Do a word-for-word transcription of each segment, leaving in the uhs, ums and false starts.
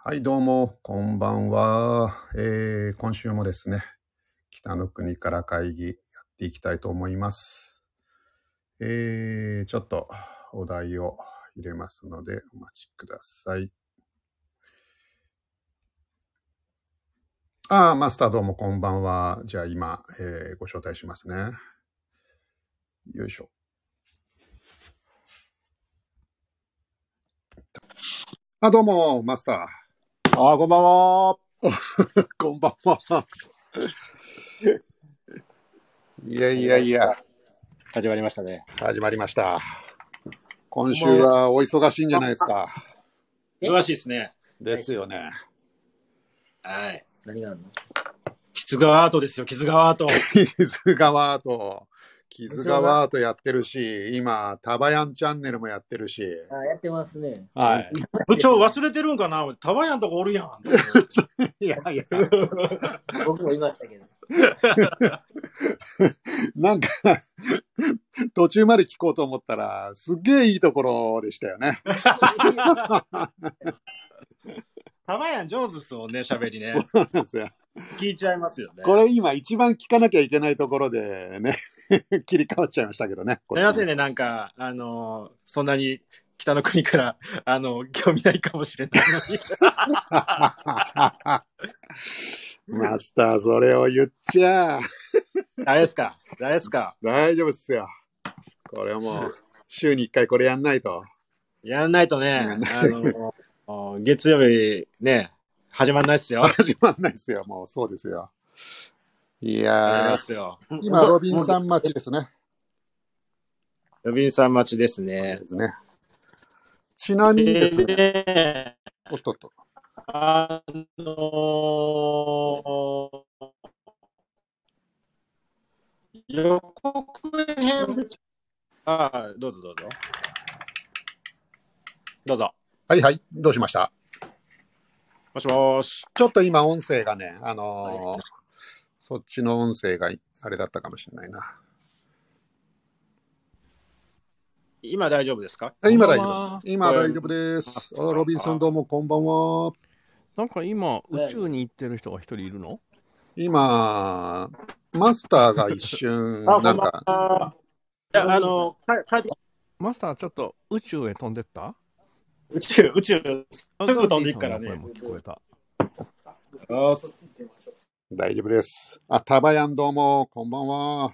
はい、どうも、こんばんは。えー、今週もですね、北の国から会議やっていきたいと思います。えー、ちょっとお題を入れますので、お待ちください。あー、マスターどうもこんばんは。じゃあ今、えー、ご招待しますね。よいしょ。あ、どうも、マスター。 あ、こんばんは。 こんばんは。いやいやいや。 始まりましたね。 始まりました。今週はお忙しいんじゃないですか。 忙しいですね。 ですよね。 はい。何があるの？木津川アートですよ、木津川アート。 木津川アート。木津川アートやってるし、今、タバヤンチャンネルもやってるし。 あ、やってますね。 はい。部長忘れてるんかな？タバヤンとかおるやん。 いやいや。 僕もいましたけど。 なんか、途中まで聞こうと思ったら、すっげえいいところでしたよね。 タバヤン上手ですもんね、喋りね。 そうなんですよ。 聞いちゃいますよね。 これ今一番聞かなきゃいけないところでね、切り替わっちゃいましたけどね。 すみませんね、なんか、あのー、そんなに北の国から、あの、興味ないかもしれないのに。マスター、それを言っちゃ。 誰ですか誰ですか大丈夫っすよ。これはもう、週にいっかいこれやんないと。 やんないとね、あの、月曜日ね、始まんないっすよ。 始まんないっすよ、もうそうですよ。いやー、よ今、ロビンさん待ちですね。 ロビンさん待ちですね。 ですね。ちなみにですね、 えー、 おっとっと。 あのー、予告編、ああ、どうぞどうぞ。どうぞ。 はいはい、どうしました？ もしもし。 ちょっと今音声がね、あのー、そっちの音声があれだったかもしれないな。 今大丈夫ですか？ 今大丈夫です。今大丈夫です。あ、ロビンさんどうもこんばんは。 なんか今、宇宙に行ってる人が一人いるの？ 今、マスターが一瞬、なんか。 いや、あの、 マスターちょっと宇宙へ飛んでった？ 宇宙、宇宙、すぐ飛んでいくからね。 も聞こえた。 大丈夫です。あ、タバヤンどうも、こんばんは。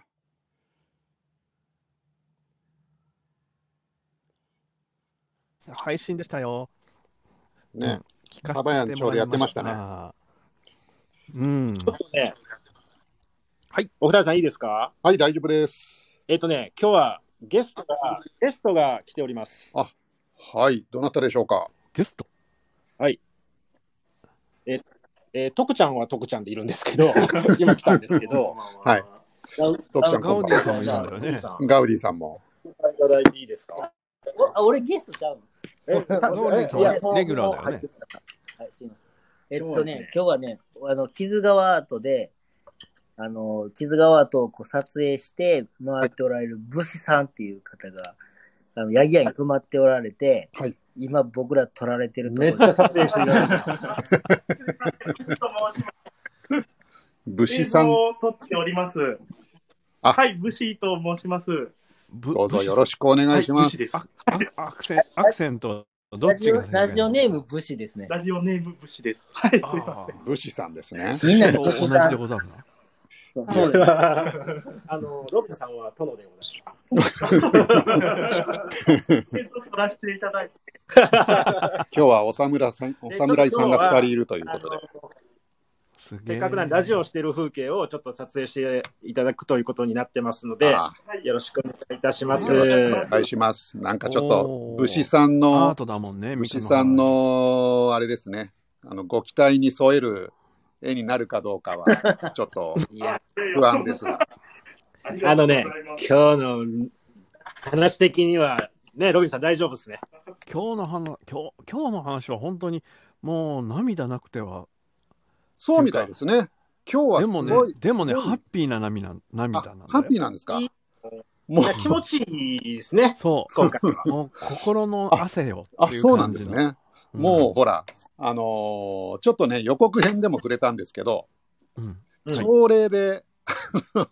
配信でしたよ。 ね、 うん、 タバヤンちょうどやってましたね。 うん。 ちょっとね、 はい。 お二人さんいいですか？ はい、大丈夫です。 えっとね、今日はゲストが、ゲストが来ております。 あ、はい、どなたでしょうか？ ゲスト？ はい。え、えー、徳ちゃんは徳ちゃんでいるんですけど、今来たんですけど、 はい。徳ちゃんガウディさんもいるんだよね。 ガウディさんも。 いただいていいですか？ あ、俺ゲストちゃうの？ え、ガウディさんはレギュラーだよね。 はい、すいません。えっとね、今日はね、あの、木津川アートで、あの、木津川アートをこう撮影して回っておられる武士さんっていう方が、あの、ヤギ屋に泊まっておられて、 はい。 今僕ら撮られてるところめっちゃ撮影していただいてます。 武士さん。 映像を撮っております。はい、武士と申します。 どうぞよろしくお願いします。 はい、アクセンアクセントどっちがラジオネーム武士ですね。 ラジオネーム武士です。はい、すいません。武士さんですね。 みんなと同じでござるな。 そうです。 あのロビンさんは殿でございます。 撮らせていただいて。 今日はお侍さん、お侍さんがふたりいるということで。 せっかくなんでラジオをしている風景をちょっと撮影していただくということになってますので、よろしくお願いいたします。 よろしくお願いします。なんかちょっと武士さんの、 アートだもんね、 武士さんのあれですね、あのご期待に添える絵になるかどうかはちょっと不安ですが。 あのね、今日の話的にはね、ロビンさん大丈夫ですね。 今日の話、今日、今日の話は本当にもう涙なくては。 そうみたいですね。今日はすごい。 でもね、でもね、ハッピーな涙、涙なんだよ。 ハッピーなんですか？ もう気持ちいいですね。 そう。今回はもう心の汗よあ、そうなんですね。 もうほら、あのー、ちょっとね、予告編でも触れたんですけど、うん、朝礼で、 の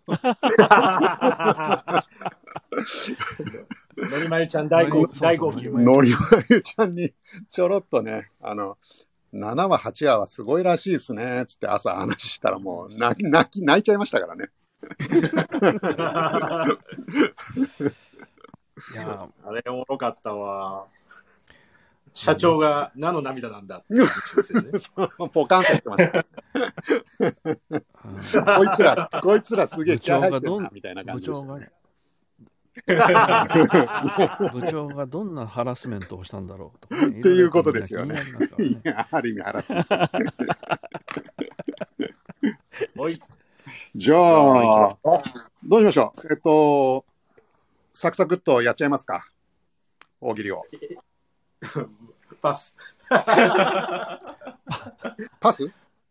りまゆちゃん大号泣。 のりまゆちゃんにちょろっとね、あの、ななわ、はちわはすごいらしいですね、つって朝話したらもう泣き、泣き、泣いちゃいましたからね。 いやあれおもろかったわ。社長が何の涙なんだってですよね。 ポカンと言ってました。こいつら、こいつらすげえ気合入ってるなみたいな感じでしたね。 部長がどんなハラスメントをしたんだろうとか、 ね、っていうことですよね。いや、ある意味ハラスメント。 おい。 じゃあ、どうしましょう。えっと、サクサクっとやっちゃいますか。大喜利を。 パス。 パス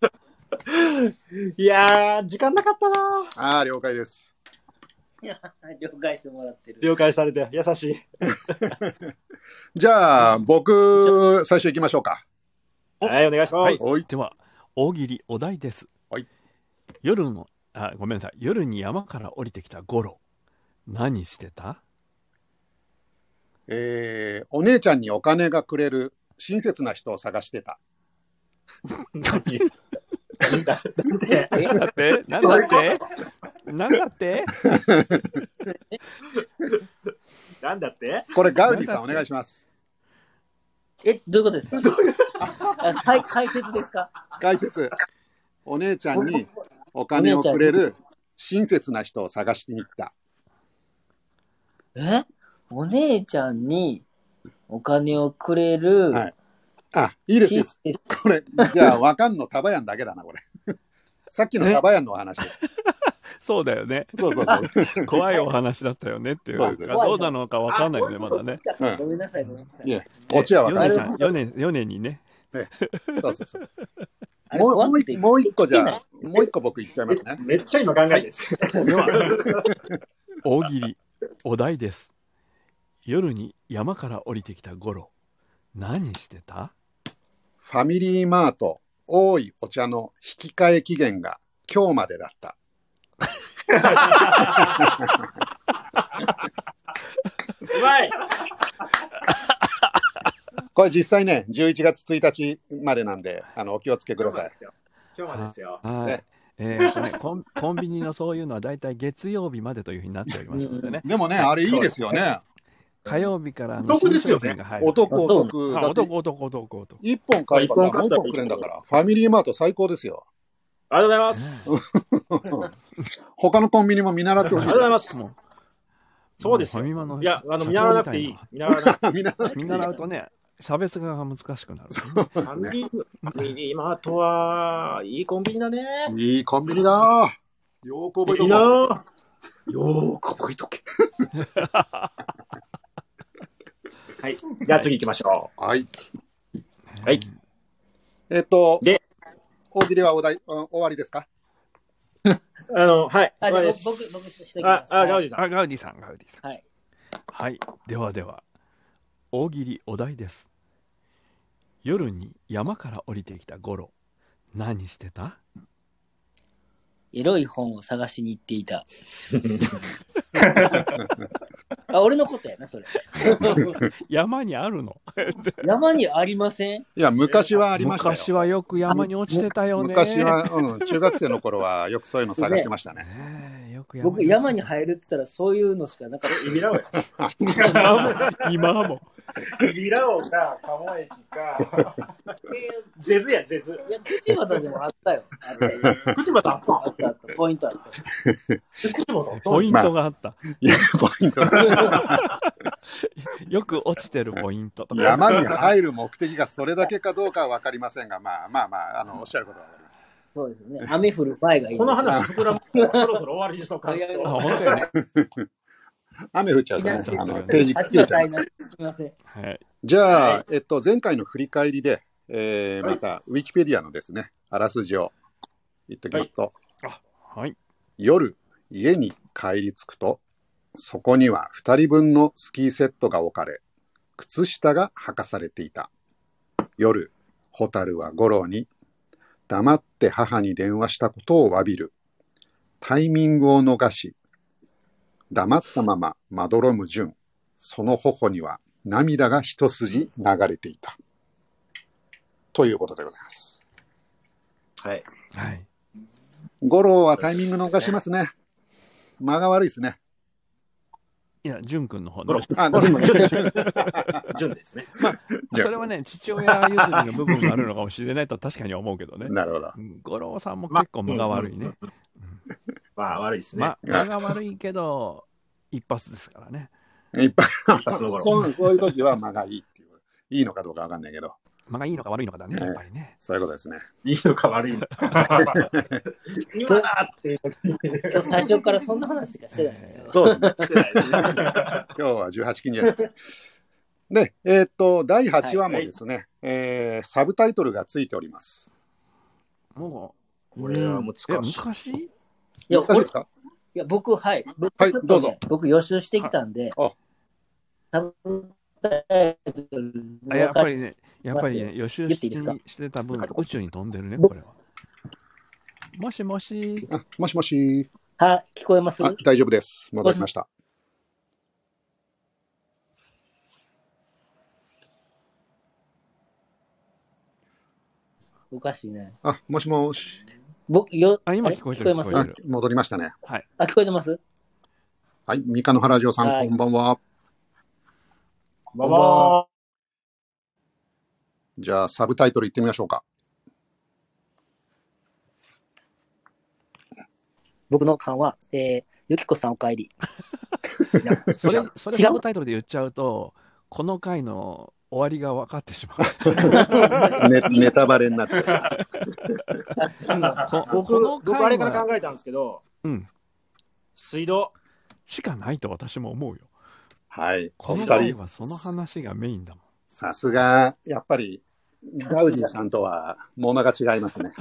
いやー、時間なかったな。 ああ、了解です。 いや、了解してもらってる。 了解されて、優しい。 じゃあ、僕、最初行きましょうか。 はい、お願いします。 はい、では、大喜利お題です。 はい。 夜の、あ、ごめんなさい。夜に山から降りてきたゴロ。何してた？ えー、お姉ちゃんにお金がくれる親切な人を探してた。 なんだってなんだってなんだってなんだってなんだってこれガウディさんお願いします。 え、どういうことですか？あ、はい、解説ですか？ 解説。お姉ちゃんにお金をくれる親切な人を探しに行った。 え？お姉ちゃんにお金をくれる、 はい、あ、いいですよ。これ、じゃあ、わかんのタバヤンだけだな、これ。さっきのタバヤンのお話です。 そうだよね。 そうそうそう。 怖いお話だったよねっていう。そうどうなのかわかんないよね、まだね。 ごめんなさい、ごめんなさい。いや、 オチはわかる。 よねん、よねんにね。 ねそうそうそう。もう、もう一もう一個じゃあ、もう一個僕言っちゃいますね。 めっちゃ今考えてるんです。では、 大喜利、お題です。夜に山から降りてきたゴロ。何してた？ ファミリーマート多いお茶の引き換え期限が今日までだった。 うまい。 これ実際ね、じゅういちがつついたちまでなんで、あのお気をつけください。 今日までですよ。 はい。ねえーとね、コン、コンビニのそういうのはだいたい月曜日までというふうになっておりますのでね。 でもね、あれいいですよね。 火曜日からの新商品が入る。お得お得。 お得お得お得お得。 一本買えばさ、もう一本くれんだから。ファミリーマート最高ですよ。 ありがとうございます。 他のコンビニも見習ってほしい。 ありがとうございます。そうですよ。いや、あの、見習わなくていい。見習わなくていい。 見習うとね、差別化が難しくなる。 ファミリーマートは、いいコンビニだね。 いいコンビニだ。よーく覚えとけ。いいな。よーく覚えとけ。 はい。じゃあ次行きましょう。はい。 はい。 えっと、 で、 大喜利はお題、終わりですか？ あの、はい。 あ、じゃあ僕、僕、僕しときます。 あ、ガウディさん。 あ、ガウディさん、ガウディさん。 はい。 はい。ではでは、大喜利お題です。夜に山から降りてきたゴロ、何してた？ エロい本を探しに行っていた。あ、俺のことやな、それ。 山にあるの？ 山にありません？ いや、昔はありましたよ。 昔はよく山に落ちてたよね。 昔は、うん、中学生の頃はよくそういうの探してましたね。 ねえよく山僕、山に入るって言ったらそういうのしかなかった。 イビラオや。 今も。 イビラオか、鴨駅か。ジェズや、ジェズ。 いや、口端でもあったよ。あったよ。 口端あったあったあった。ポイントあった。 ポイントがあった。 いや、ポイントよく落ちてるポイントとか。 山に入る目的がそれだけかどうかは分かりませんが、まあまあまあ、あのおっしゃることは分かります。 そうですね。雨降る前がいい。 この話膨らむそろそろ終わりにしとかんと。 あ、本当にね。 雨降っちゃうとね、あのページ切れちゃいます。 すみません。 はい。 じゃあ、えっと、前回の振り返りで、えー、また、ウィキペディアのですね、あらすじを言っておきますと、 あ、はい。 夜、家に帰り着くと、そこにはふたりぶんのスキーセットが置かれ、靴下が履かされていた。 夜、蛍は五郎に黙って母に電話したことを詫びる。タイミングを逃し、黙ったまままどろむ純。その頬には涙が一筋流れていた。ということでございます。 はい。 はい。 五郎はタイミング逃しますね。間が悪いですね。 いや、純くんの方ね。 あ、純ですね。 まあ、それはね、父親譲りの部分があるのかもしれないと確かに思うけどね。 なるほど。 五郎さんも結構間が悪いね。 まあ、悪いですね。 間が悪いけど、一発ですからね。 一発のそう、そういう時は間がいいっていう。いいのかどうかわかんないけど。 間がいいのか悪いのかだね、やっぱりね。 そういうことですね。 いいのか悪いのか。今だっていう時に。 今日最初からそんな話しかしてないね。 そうですね。してないですね。今日はじゅうはちきんじゃないですか。で、えー、っと、だいはちわもですね、はい、えー、サブタイトルがついております。 もう、これは難しい。 難しいいや、 難しいですか？ いや、僕、はい。僕はい、どうぞ。 僕予習してきたんで、 あサブタイトルあやっぱりね、やっぱりね、予習してた分、宇宙に飛んでるね、これは。もしもし。 あ、もしもし。 はい、聞こえます？ あ、大丈夫です。戻りました。 おかしいね。 あ、もしもし。 僕よあ、今聞こえてる。 聞こえます？ あ、戻りましたね。 はい。 あ、聞こえてます？ はい、三日野原城さん、 はい、 こんばんは。 こんばんは。 じゃあ、サブタイトルいってみましょうか。 僕の勘は、えー、ゆきこさんお帰り。 いや、それ、それサブタイトルで言っちゃうと、この回の終わりが分かってしまう。ね、ネタバレになっちゃう。僕、僕あれから考えたんですけど、 うん。 水道しかないと私も思うよ。 はい。 この回はその話がメインだもん。 さすが、やっぱり、ガウディさんとは、ものが違いますね。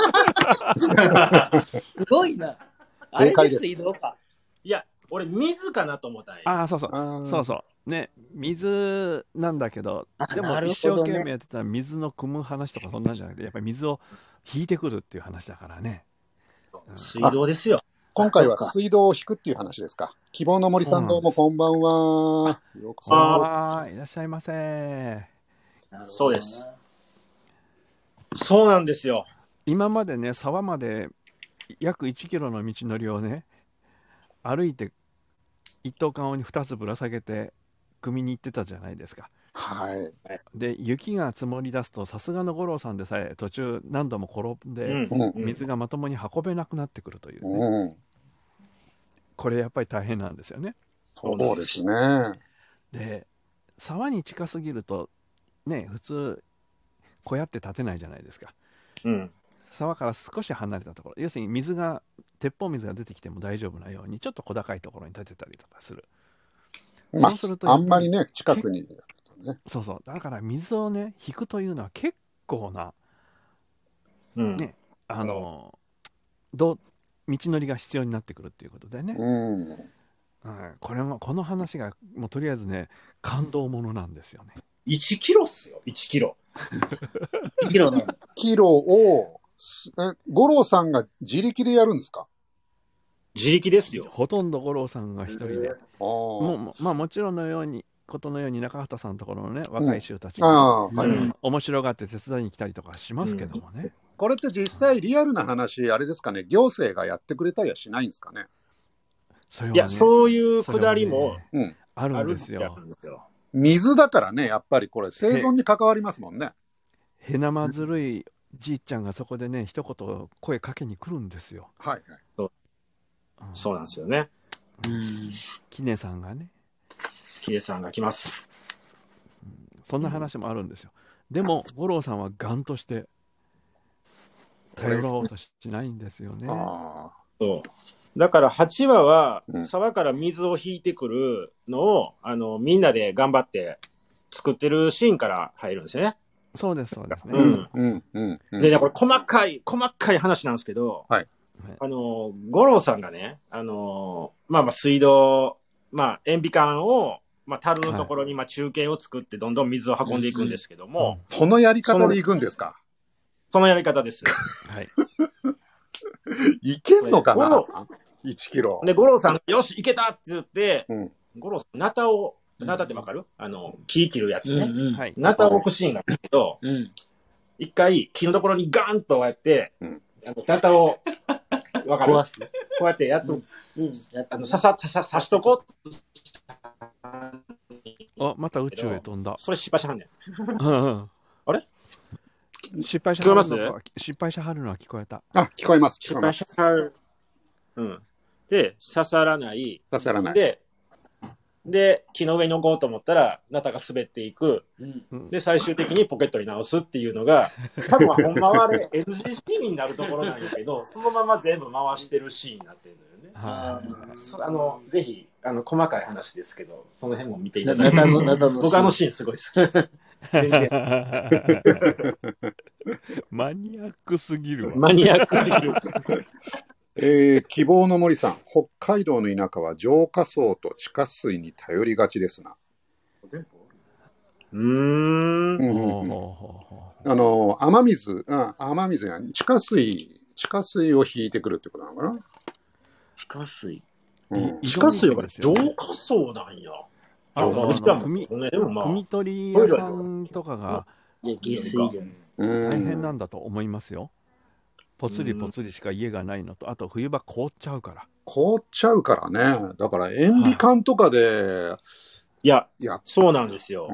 すごいな。あれで水道か。 いや、俺、水かなと思ったんや。 ああ、そうそう。そうそう。ね、水なんだけど、でも一生懸命やってたら水の汲む話とかそんなんじゃなくて、やっぱり水を引いてくるっていう話だからね。 水道ですよ。 今回は水道を引くっていう話ですか。希望の森さん、どうもこんばんは。 ようこそ。あ、いらっしゃいませ。 そうです。そうなんですよ。 今までね、沢まで約いちキロの道のりをね、歩いて一等間にふたつぶら下げて汲みに行ってたじゃないですか。 はい。 で、雪が積もり出すと、さすがの五郎さんでさえ途中何度も転んで、うん、水がまともに運べなくなってくるというね。うん、これやっぱり大変なんですよね。 そうですね。 で、沢に近すぎるとね、普通小屋って建てないじゃないですか。 うん、 沢から少し離れたところ、要するに水が鉄砲水が出てきても大丈夫なようにちょっと小高いところに建てたりとかする。 まあ、そうするとあんまりね近くに、ね、 そうそう、だから水をね引くというのは結構な、 うんね、あのど道のりが必要になってくるっていうことでね、 うんうん、これもこの話がもうとりあえずね感動ものなんですよね。 いちキロっすよ、いちキロ。 いちキロね。 いちキロをえ五郎さんが自力でやるんですか？ 自力ですよ。 ほとんど五郎さんが一人で、もうまあもちろんのようにことのように中畑さんのところのね若い衆たちが、うんはいうん、面白がって手伝いに来たりとかしますけどもね、うん、 これって実際リアルな話あれですかね、行政がやってくれたりはしないんですかね？ それはね、 いやそういうくだりも、 ねうん、 あるんですよ。 水だからねやっぱりこれ生存に関わりますもんね。 へなまずるいじいちゃんがそこでね一言声かけに来るんですよ。 はいはい。 そううん、そうなんですよね。 うん。キネさんがね。 キネさんが来ます、 うん。そんな話もあるんですよ。でも五郎さんはガンとして頼ろうとしないんですよね。 あそうだからはちわは沢から水を引いてくるのを、うん、あのみんなで頑張って作ってるシーンから入るんですよね。 そうですそうですね。 うんうんうんうん、 でねこれ細かい細かい話なんですけど。 はい。 あの五郎さんがね、あのまあまあ水道、まあ塩ビ管をまあ、樽のところにまあ中継を作ってどんどん水を運んでいくんですけども、はい、 そのやり方でいくんですか？ そのやり方です。 はい。 いけんのかな ?いち キロ。 で、五郎さん、よし、いけたって言って、うん、五郎さん、ナタを、ナタってわかる、うん、あの、木切るやつね。うんうん、ナタを置くシーンがあるけど、うん、一回、木のところにガーンとこうやって、うん、あのナタを、わかる？壊す。こうやってやっと、うんうん、あの、ささ、ささ、さしとこう。 あ、また宇宙へ飛んだ。 それ失敗しはんねん。あれ失敗しはるの失敗しはるのは聞こえた。 あ、聞こえます。 失敗しはる。うん。で、刺さらない。 刺さらない。 で、で、木の上に置こうと思ったら、ナタが滑っていく。うん、で、最終的にポケットに直すっていうのが、多分ほんまはあれ、エヌジーシー になるところなんやけど、そのまま全部回してるシーンになってるのよね。ああの、ぜひ、あの、細かい話ですけど、その辺も見ていただいて。僕あのシーンすごい好きです。全然マニアックすぎるわ。 マニアックすぎる。 えー、希望の森さん、北海道の田舎は浄化槽と地下水に頼りがちですな。 うーん。 あの、雨水、あ雨水や地下水、地下水を引いてくるってことなのかな？ 地下水。 うん、地下水は浄化槽なんや。 あとあの汲み取り屋さんとかが下水じゃん。 大変なんだと思いますよ。ぽつりぽつりしか家がないのと、あと冬場凍っちゃうから。 凍っちゃうからね。だから塩ビ管とかで、 はい、いや、いやそうなんですよ。うん、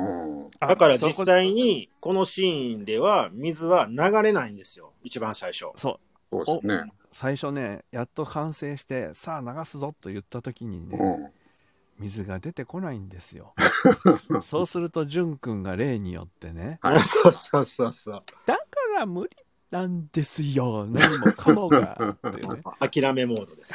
だから実際にこのシーンでは水は流れないんですよ。一番最初。 そう。 そうですね。 最初ね、やっと完成してさあ流すぞと言った時にね。うん水が出てこないんですよ。そうすると淳君が例によってね、 はい、そうそうそうそう。 だから無理なんですよ。何もかもがっていうね。 諦めモードです。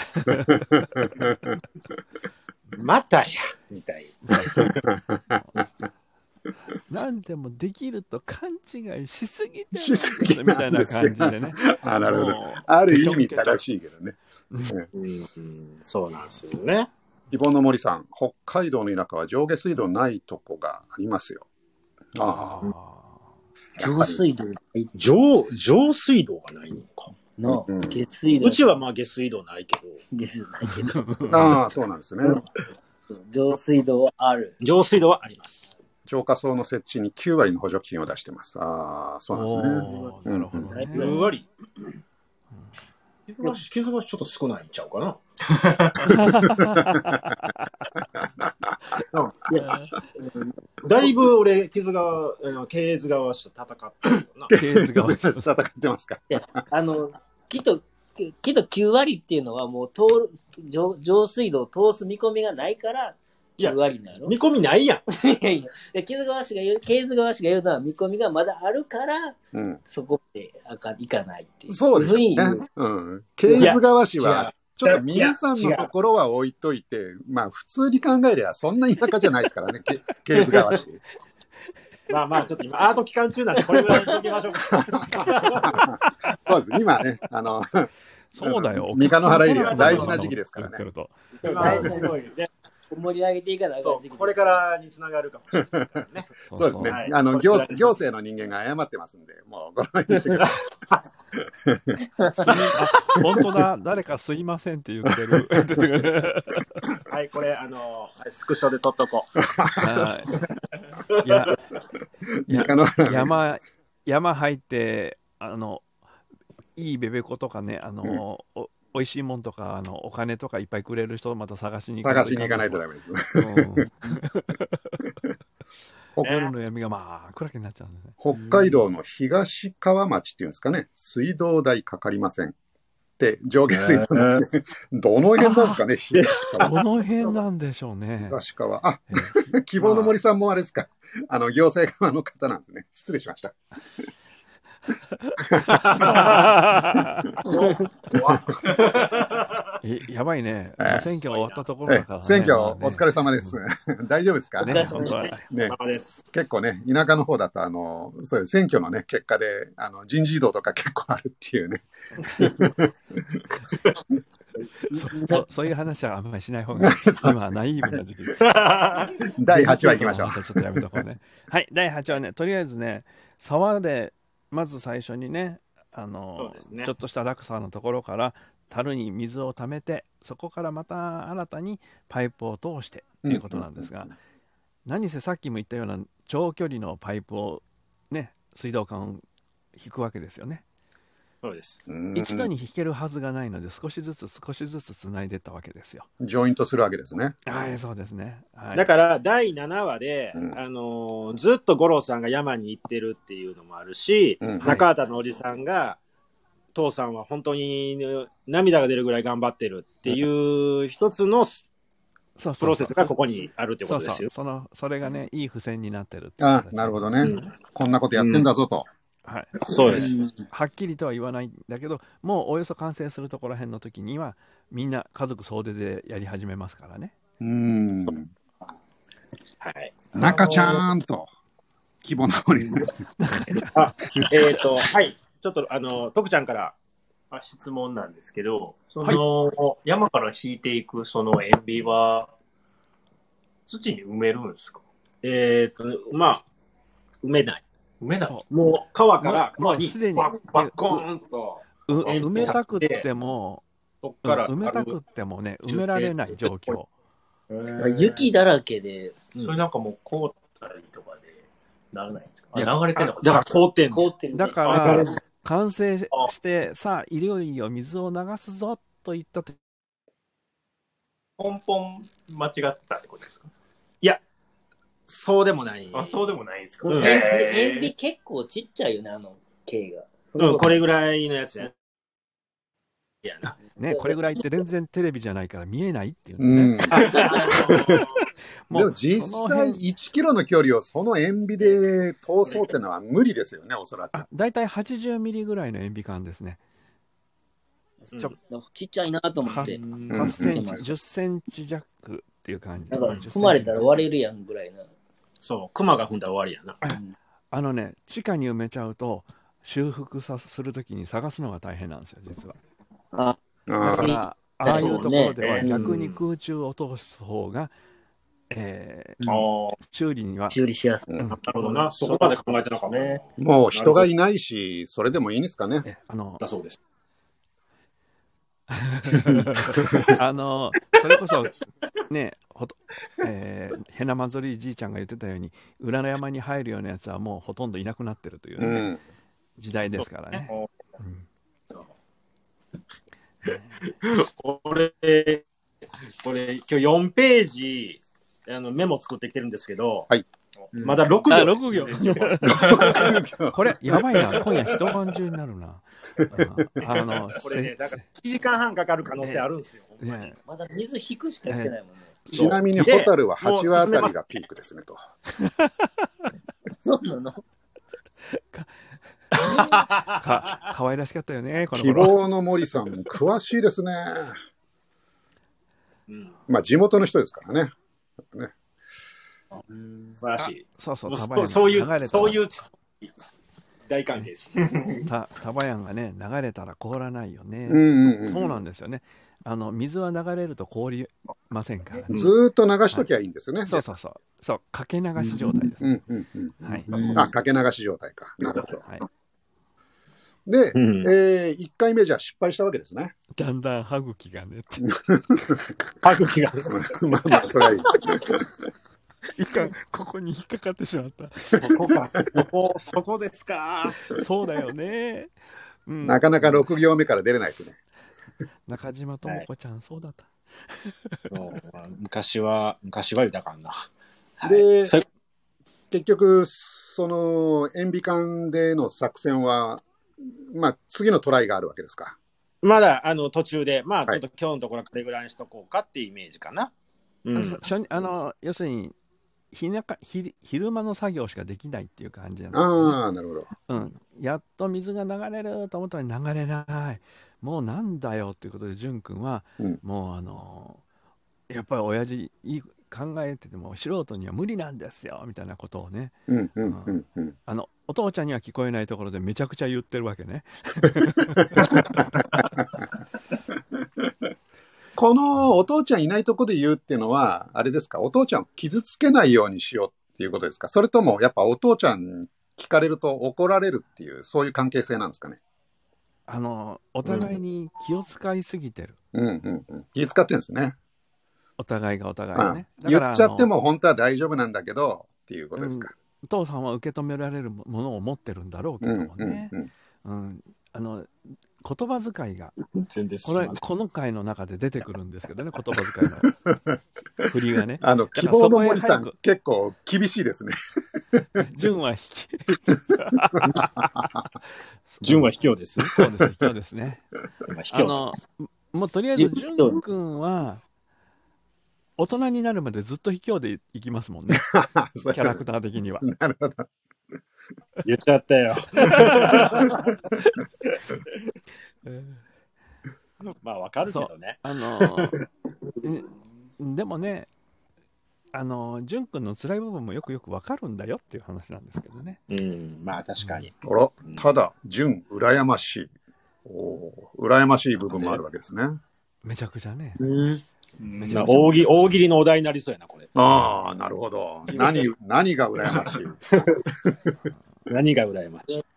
またやみたいな。 何でもできると勘違いしすぎてしすぎみたいな感じでね。 あ、なるほど。ある意味正しいけどね。 うんうん、そうなんですよね。 希望の森さん、北海道の田舎は上下水道ないとこがありますよ。ああ。上水道ない上、上水道がないのか。 な、うん、下水道。 うちはまあ下水道ないけど。 下水道ないけど。 ああ、そうなんですね。 上水道はある。 上水道はあります。 浄化槽の設置にきゅう割の補助金を出してます。ああ、そうなんですね。 なるほど、ね。 きゅう割。傷がちょっと少ないんちゃうかな。だいぶ俺、傷が、経営図側と戦ってるよな。 経営図側と戦ってますか。 いや、あの、きっと、きっときゅう割っていうのはもう通る、上、上水道を通す見込みがないから、きゅう割なの。 見込みないやん。いやいや、傷川氏が言う、経営図側氏が言うのは見込みがまだあるから、うん、そこであかいかないっていう。 そうですね。うん。経営図側氏は、ちょっと皆さんのところは置いといて、まあ普通に考えればそんな田舎じゃないですからね、経営図側氏。 まあまあ、ちょっと今、アート期間中なんで、これぐらいにしておきましょうか。 そうです。今ね、あの、 そうだよ。 三日の原エリア、大事な時期ですからね。 大事すごいね。 盛り上げていかないと。 これからにつながるかもしれないからね。 そうですね。はい、あの行、行政の人間が謝ってますんで、もうご覧にしてください。本当だ、誰かすいませんって言ってる。 はい、これ、あの、スクショで撮っとこう。 はい。いや、いや山、山入って、あの、いいベベコとかね、あの、うん、おいしいもんとかあのお金とかいっぱいくれる人をまた探しに行かないと探しに行かないとダメですね。 夜の闇がまあ暗くなっちゃうんですね。 北海道の東川町っていうんですかね、水道代かかりませんって上下水道の、えー、どの辺なんですかね、東川。 どの辺なんでしょうね。 東川。あ、えー、希望の森さんもあれですか。あの行政側の方なんですね。失礼しました。 えやばいね、えー、選挙終わったところだから、ね、 選挙お疲れ様です、うん、大丈夫ですかね、 ね結構ね田舎の方だとあのそういう選挙のね結果であの人事異動とか結構あるっていうねそそそういう話はあんまりしない方がいい。今はナイーブな時期です。 だいはちわいきましょう。 ちょっとやめとこうね。はい、だいはちわね、とりあえずね、沢でまず最初にね、あの、ね、ちょっとした落差のところから樽に水をためて、そこからまた新たにパイプを通してということなんですが、うん、何せさっきも言ったような長距離のパイプをね、水道管を引くわけですよね。 そうです。 一度に引けるはずがないので、少しずつ少しずつつないでいったわけですよ。 ジョイントするわけですね。 はい、そうですね。はい、 だからだいななわで、うん、あのー、ずっと五郎さんが山に行ってるっていうのもあるし、うん、中畑のおじさんが、父さんは本当に涙が出るぐらい頑張ってるっていう一つのプロセスがここにあるってことですよ。 そうそう、そのそれがね、いい付箋になってるって。 あ、なるほどね、うん。こんなことやってんだぞと。うんはい、 そうです。 はっきりとは言わないんだけど、もうおよそ完成するところへんの時にはみんな家族総出でやり始めますからね。 うーん。 はい。 中ちゃんと規模の方に。 あ、えっ、ー、とはいちょっとあの徳ちゃんからあ質問なんですけど、その、はい、山から引いていくその塩ビは土に埋めるんですか？ えっ、ー、とまあ埋めない。 埋めない。 もう川から川にすでにバッコーンと埋めたくっても、 そっから埋めたくってもね、埋められない状況。 雪だらけで、 うん、それなんかもう凍ったりとかでならないんですか？流れてるのか。 だから凍ってん凍ってんだから完成してさあいよいよ水を流すぞと言ったと根本間違ってたってことですか？ いや。そうでもない。 あ、そうでもないですか。 うん、塩ビ結構ちっちゃいよね、あの径が。 うん、これぐらいのやつや。いやな。 ね、これぐらいって全然テレビじゃないから見えないっていうね。うん、 でも実際いちキロの距離をその塩ビで通そうってのは無理ですよね、おそらく。 あ、だいたいはちじゅうミリぐらいの塩ビ管ですね。 ちょちっちゃいなと思って。 はちセンチ、じゅっセンチ弱っていう感じ。 だから踏まれたら割れるやんぐらいな。 そう、熊が踏んだら終わりやな。 あのね、地下に埋めちゃうと修復さするときに探すのが大変なんですよ、実は。 あだからああいうところでは逆に空中を通す方が、えー、修理には修理しやすい。 なるほどな、そこまで考えてなかったね。 もう人がいないし、それでもいいんですかね。 えあのだそうです。 あのそれこそね、ほと、えー、へなまぞりじいちゃんが言ってたように裏の山に入るようなやつはもうほとんどいなくなってるという、ねうん、時代ですからね。うん、 これこれ今日よんページあのメモ作ってきてるんですけど、 はい、 まだろくぎょう。 ろくぎょうこれやばいな、今夜一晩中になるな。 あのこれね、だからいちじかんはんかかる可能性あるんですよ。 ねね、まだ水引くしか言ってないもんね。 ちなみにホタルははちわあたりがピークですねと。 そうなのか可愛らしかったよね。 この希望の森さん詳しいですね。うん、まあ地元の人ですからね。ね、 うん、素晴らしい。 そうそう、 そうそういうそういう大歓迎です。 たタバヤンがね流れたら凍らないよね。 うんうんうん、 そうなんですよね。あの水は流れると凍りませんから、ね。 ずーっと流しときゃいいんですよね。はい、 そうそうそうそう、かけ流し状態ですね。 うんうんうん、 はい。 あ、かけ流し状態か。なるほど。はい。で、うん、えー、いっかいめじゃ失敗したわけですね。 だんだん歯茎がね。 歯茎が。 まあまあ、それはいい。 いかん、ここに引っかかってしまった。 ここか。ここ、そこですか。 そうだよね。 うん、なかなかろく行目から出れないですね。 中島智子ちゃん、はい、そうだった。 昔は、昔は豊かんな。 で、はい、結局、その、塩ビ管での作戦は、まあ、次のトライがあるわけですか。 まだ、あの、途中で、まあ、ちょっと今日のところはこれぐらいにしとこうかっていうイメージかな。 うん、あの、要するに、ひなかひ昼間の作業しかできないっていう感じなんですよね。 ああ、なるほど。 うん。やっと水が流れると思ったら流れない。もうなんだよっていうことで、淳君は、うん、もうあの、やっぱり親父いい考えてても素人には無理なんですよみたいなことをね、 うんうんうんうん、 あのお父ちゃんには聞こえないところでめちゃくちゃ言ってるわけね。 このお父ちゃんいないとこで言うっていうのは、あれですか、お父ちゃんを傷つけないようにしようっていうことですか？それとも、やっぱお父ちゃん聞かれると怒られるっていう、そういう関係性なんですかね。 あの、お互いに気を使いすぎてる。 うんうんうん。気使ってるんですね。 お互いがお互いね。 うん、言っちゃっても本当は大丈夫なんだけどっていうことですか。 うん、お父さんは受け止められるものを持ってるんだろうけどもね。うん、うんうん、あの言葉遣いがこれこの回の中で出てくるんですけどね、言葉遣いの振りがね。 あの希望の森さん結構厳しいですね。 純は引き純は卑怯です。 そうです、卑怯ですね。あのもうとりあえず純君は大人になるまでずっと卑怯でいきますもんね。キャラクター的には。 なるほど。 言っちゃったよ。まあわかるけどね。 あのでもね、あの純くんの辛い部分もよくよくわかるんだよっていう話なんですけどね。 うん、まあ確かに。 あら、ただ純羨ましい。お羨ましい部分もあるわけですね。 めちゃくちゃね。 うんめちゃくちゃ大喜大喜利のお題になりそうやなこれ。 ああ、なるほど。何何が羨ましい。 何が羨ましい。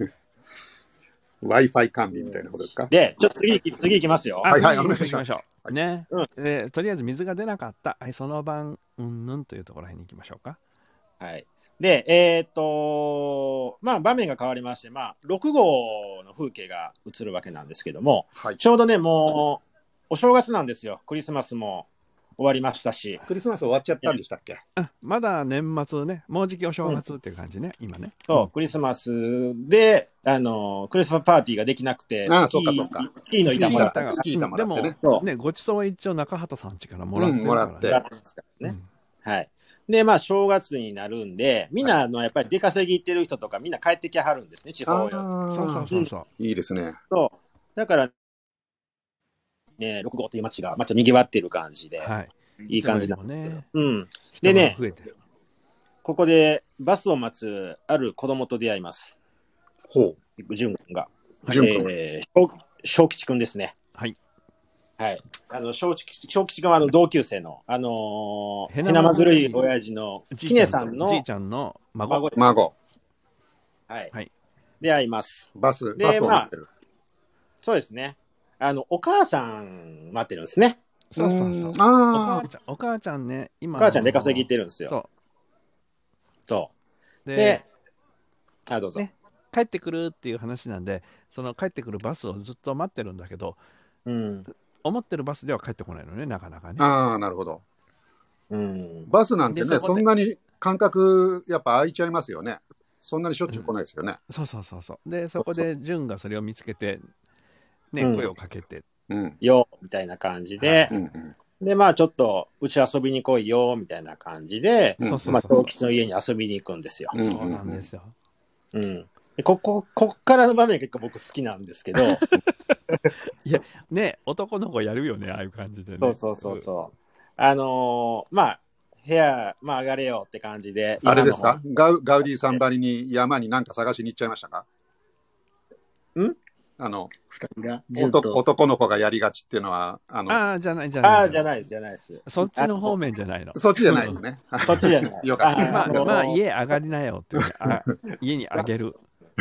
Wi-Fi 管理みたいなことですか。 で、ちょっと次次いきますよ。 はいはい、お願いしましょう。ね、うんで、とりあえず水が出なかった。はい、その晩うんぬんというところへんに行きましょうか。 はい。で、えー、っとまあ場面が変わりまして、まあろく号の風景が映るわけなんですけども、はい、ちょうどねもうお正月なんですよ。クリスマスも終わりましたし。 クリスマス終わっちゃったんでしたっけ？ あ、まだ年末ね、もうじきお正月っていう感じね、うん、今ね。 そう、うん、クリスマスで、あの、クリスマスパーティーができなくて、 ああ、そうかそうか。 スキーの板もらって、 スキー板もらってね。 でも、ね、ごちそうは一応中畑さん家からもらってるから、ね、 うん、もらって。 ね、うん、はい。で、まあ、正月になるんで、みんなのやっぱり出稼ぎ行ってる人とかみんな帰ってきはるんですね、地方よ。 そうそうそうそう、 うん。いいですね。 そう。だから、ね、ろく号という街が、まあ、ちょっと賑わっている感じで、はい、いい感じなんですけど、ね、うん。でね、ここでバスを待つある子供と出会います。 ほう。純君が。 純君。 えー、小吉君ですね。 はい。 はい。あの、小吉、小吉君はあの同級生の、あのー、へなまずるい親父の、きねさんの、 じいちゃんの孫です。 孫。 はい。はい。出会います。 バス、バスを待ってる、 まあ。そうですね。あの、お母さん待ってるんですね。 そうそうそう。あお母ちゃん、お母ちゃんね、今。 お母ちゃん出稼ぎ行ってるんですよ。 そう。 そう。 で、 であ、どうぞ、 ね。帰ってくるっていう話なんで、その帰ってくるバスをずっと待ってるんだけど、 うん、 思ってるバスでは帰ってこないのね、なかなかね。 ああ、なるほど。 うん、 バスなんてね、そんなに間隔やっぱ空いちゃいますよね。そんなにしょっちゅう来ないですよね。 うん、そうそうそうそう。で、そこで純がそれを見つけて、ね、うん、声をかけて、 うん、よみたいな感じで、はい、うんうん、でまあちょっとうち遊びに来いよみたいな感じで、うん、まあ東吉の家に遊びに行くんですよ。 そうなんですよ。 うん。でこここっからの場面が結構僕好きなんですけど、 いやね男の子やるよねああいう感じでね。 そうそうそうそう。あのー、まあ部屋まあ上がれよって感じで。 あれですか？ガウガウディさんばりに山に何か探しに行っちゃいましたか？ ん？ あのが男の子がやりがちっていうのはあのあじゃないじゃないあじゃないですじゃないですそっちの方面じゃないのそっちじゃないですねそっちじゃないよかったまあ、まあ、家上がりなよっていうあ家にあげる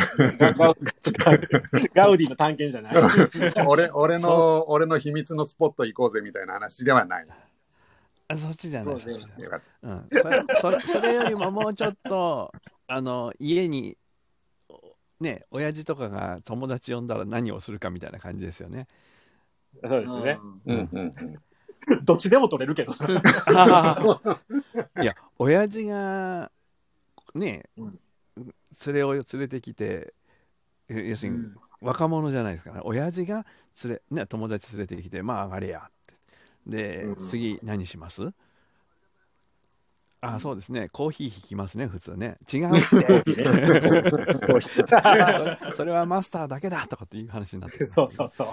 ガウディの探検じゃない俺俺の俺の秘密のスポット行こうぜみたいな話ではないあそっちじゃないそっちじゃないよかった、 うん、それそれそれよりももうちょっとあの家にね、親父とかが友達呼んだら何をするかみたいな感じですよね。 そうですね。 うんうんうん、 どっちでも取れるけど。 いや、親父がね、うん、連れを連れてきて、要するに若者じゃないですかね。親父が連れ、ね、友達連れてきて、まあ上がれやって。で、うん、次何します？ああそうですねコーヒー引きますね普通ね違うってそ, それはマスターだけだとかっていう話になってるそうそうそう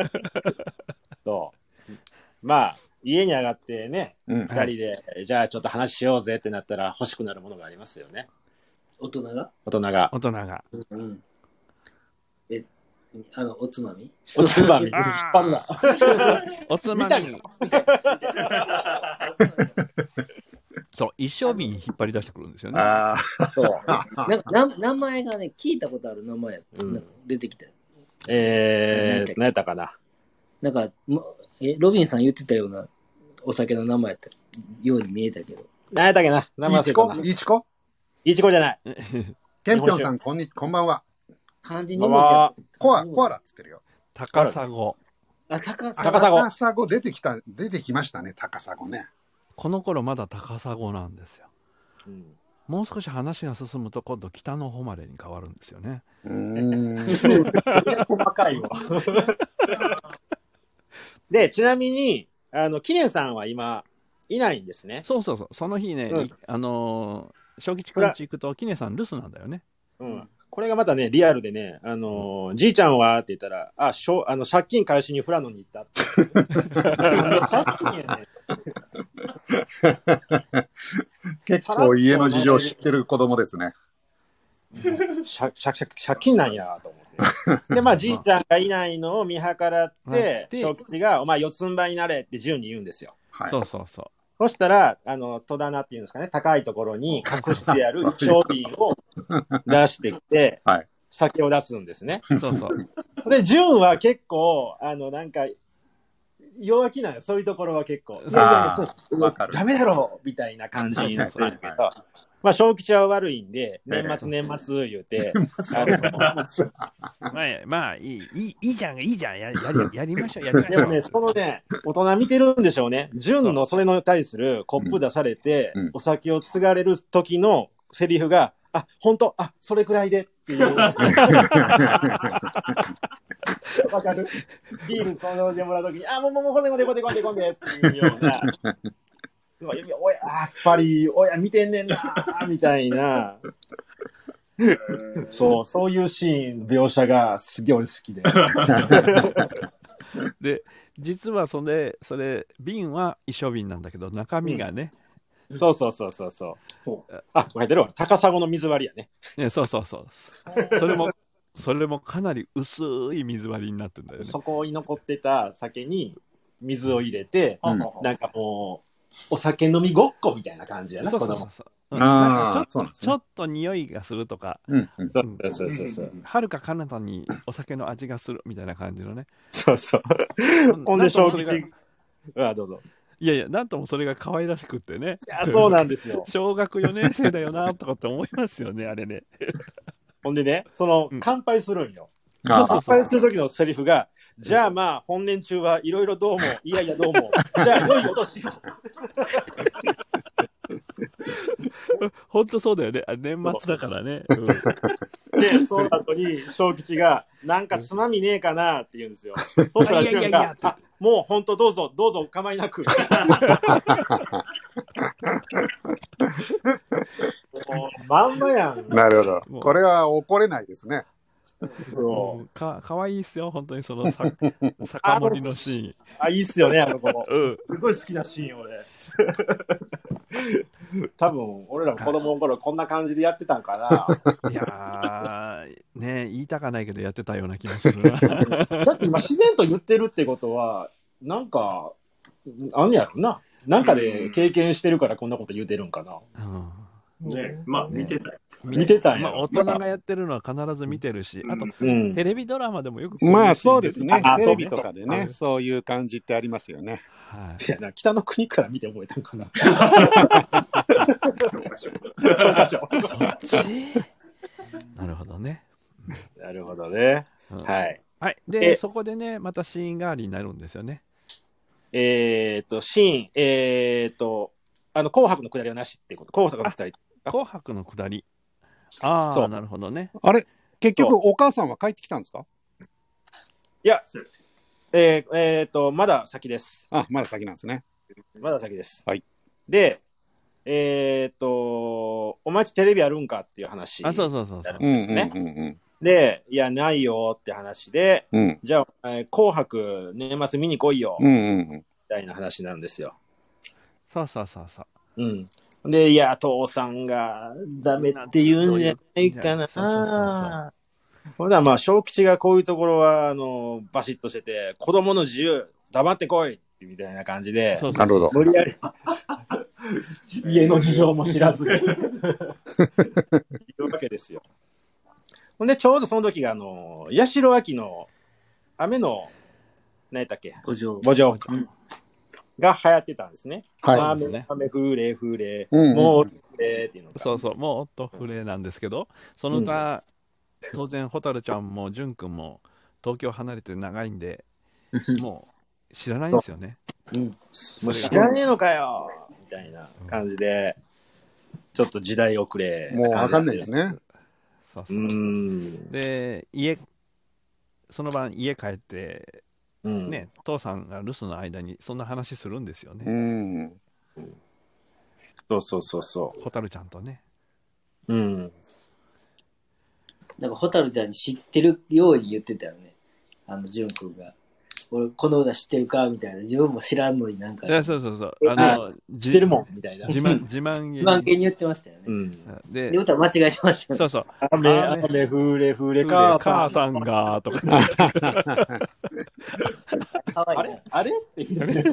そうまあ家に上がってね、うん、ふたりで、はい、じゃあちょっと話しようぜってなったら欲しくなるものがありますよね大人が大人が大人が、 うん、えあの、おつまみおつまみ。引っ張るな。 おつまみ。そう、一升瓶引っ張り出してくるんですよね。 ああ。 そう。なな名前がね、聞いたことある名前やった。うん、出てきた。 えー、何やったかな。 なんか、え、ロビンさん言ってたようなお酒の名前やったように見えたけど。 何やったっけな。名前いちこいちこいちこじゃない。 ケンピョンさん、こんに、こんばんは。 漢字に文字や。 コア、コアラっつってるよ。 高砂。 あ、高砂。 高砂。 高砂出てきた、出てきましたね、高砂ね。 この頃まだ高砂なんですよ。うん、もう少し話が進むと今度北の誉れに変わるんですよね。 うーん。 細かいわ。で、ちなみに、あの、キネさんは今、いないんですね。 そうそうそう。その日ね、うん、あのー、小吉くんち行くと、キネさん留守なんだよね。 うん。これがまたね、リアルでね、あのーうん、じいちゃんはって言ったら、あ、しょあの借金返しに富良野に行ったって。借金やね。 結構家の事情知ってる子供ですね。 借金なんやと思って。で、まあ、じいちゃんがいないのを見計らって、小吉が、お前四つん這いになれって順に言うんですよ。 はい、そうそうそう。 そしたら、あの、戸棚っていうんですかね、高いところに隠してある商品を出してきて、はい、酒を出すんですね。 そうそう。 で、順は結構、あの、なんか、弱気なの、そういうところは結構。いやいや、そう、ダメだろうみたいな感じになってるけど、まあ、小吉は悪いんで、年末年末言うて、 まあ、まあ、いい、いい、いいじゃん、いいじゃん、や、やり、やりましょう、やりましょう。 でもね、そのね、大人見てるんでしょうね。純のそれに対するコップ出されて、お酒を継がれる時のセリフが、あ、本当、あ、それくらいでっていう。わかる？ビールそのでもらうときに、あ、もうもうもうこんでこんでこんでこんでこんでっていうような。おや、やっぱり、おや、見てんねんなみたいな。そう、そういうシーン、描写がすげえ俺好きで。 で、実はそれ、それ、瓶は一升瓶なんだけど、中身がね。 うん、そうそうそうそうそう。あ、書いてるわ。高砂の水割りやね。 ね、そうそうそう。それも、それもかなり薄い水割りになってるんだよね。 そこに残ってた酒に水を入れて、うん、なんかもう、お酒飲みごっこみたいな感じやな、 そうそうそうそう。 うん、 あちょっと、ね、ちょっと匂いがするとか、 うんうん、そうそうそうそう。 はるか彼方にお酒の味がするみたいな感じのね。 そうそう。ほんで、小吉。あ、どうぞ。 いやいや、なんともそれが可愛らしくってね。 いや、そうなんですよ。 小学よねん生だよな、とかって思いますよね、あれね。 ほんでね、その、乾杯するんよ。乾杯する時のセリフが、じゃあまあ、本年中はいろいろどうも、いやいやどうも、じゃあ良いお年を。 本当そうだよね。年末だからね。 うん、で、その後に、小吉が、なんかつまみねえかなって言うんですよ。そしたら、いやいやいや、あ、もう本当どうぞ、どうぞお構いなく。まんまやん。 なるほど。これは怒れないですね。 か, かわいいっすよ、本当にそのさ酒盛りのシーン。 あ、いいっすよね、あの子も。 うん、 すごい好きなシーン、俺。多分、俺らも子供の頃こんな感じでやってたんかな。いやー、ね、言いたかないけどやってたような気がするな。 だって今自然と言ってるってことは、なんか、あんねやろな。なんかで経験してるからこんなこと言うてるんかな。 うん、ね、まあ見てたよ。 見てたんや、 まあ、大人がやってるのは必ず見てるし、あと、うん、テレビドラマでもよくこうまあそうですね、テレビとかでね、そういう感じってありますよね。 はい、いやな、北の国から見て覚えたんかな。 教科書。そっちなるほどね。 なるほどね。うん、はい。 はい。で、そこでね、またシーン代わりになるんですよね。 えー、っと、シーン、えー、っと、あの、紅白のくだりはなしってこと。紅白のくだり。 紅白のくだり。ああ、なるほどね。 あれ結局お母さんは帰ってきたんですか？ いや、えー、えー、と、まだ先です。 あ、まだ先なんですね。 まだ先です。 はい。 で、えー、と、お前テレビあるんかっていう話。 あ、そうそうそうそう。 ですね。 うんうんうんうん、 で、いや、ないよって話で、 うん、 じゃあ、えー、紅白年末見に来いよ。 うんうんうん、みたいな話なんですよ。 そうそうそうそう。 うん。で、いや、父さんがダメって言うんじゃないかな。そうそうそうそうほんならまあ、小吉がこういうところは、あの、バシッとしてて、子供の自由、黙ってこいみたいな感じで、 そうそうそうなるほど。 無理やり、家の事情も知らずに、言うわけですよ。ほんで、ちょうどその時が、あの、八代亜紀の雨の、何やったっけ墓場。 墓場が流行ってたんですね。 はい。 雨、ね、雨、風鈴、風鈴、 うんうん、 もう、風鈴っていうのが。 そうそう、もうっと風鈴なんですけど、その歌、うん、当然、蛍ちゃんも淳君も東京離れて長いんで、もう知らないんですよね。 うん、もう知らねえのかよみたいな感じで、うん、ちょっと時代遅れ。 もうわかんないですね。 そうそう。うんで、家、その晩家帰って、うん、ね、父さんが留守の間にそんな話するんですよね。 うん、 そうそうそうそう。 蛍ちゃんとね。 うん。 なんか蛍ちゃんに知ってるように言ってたよね。あの淳君が。俺この歌知ってるかみたいな。自分も知らんのになんか。 いやそうそうそう。 あの知ってるもんみたいな。 自慢自慢自慢げに言ってましたよね。 うん。 で、で歌間違えてましたよね。 そうそう。 雨雨風れ風れ母さん。 母さんがとか。 あれあれって言って。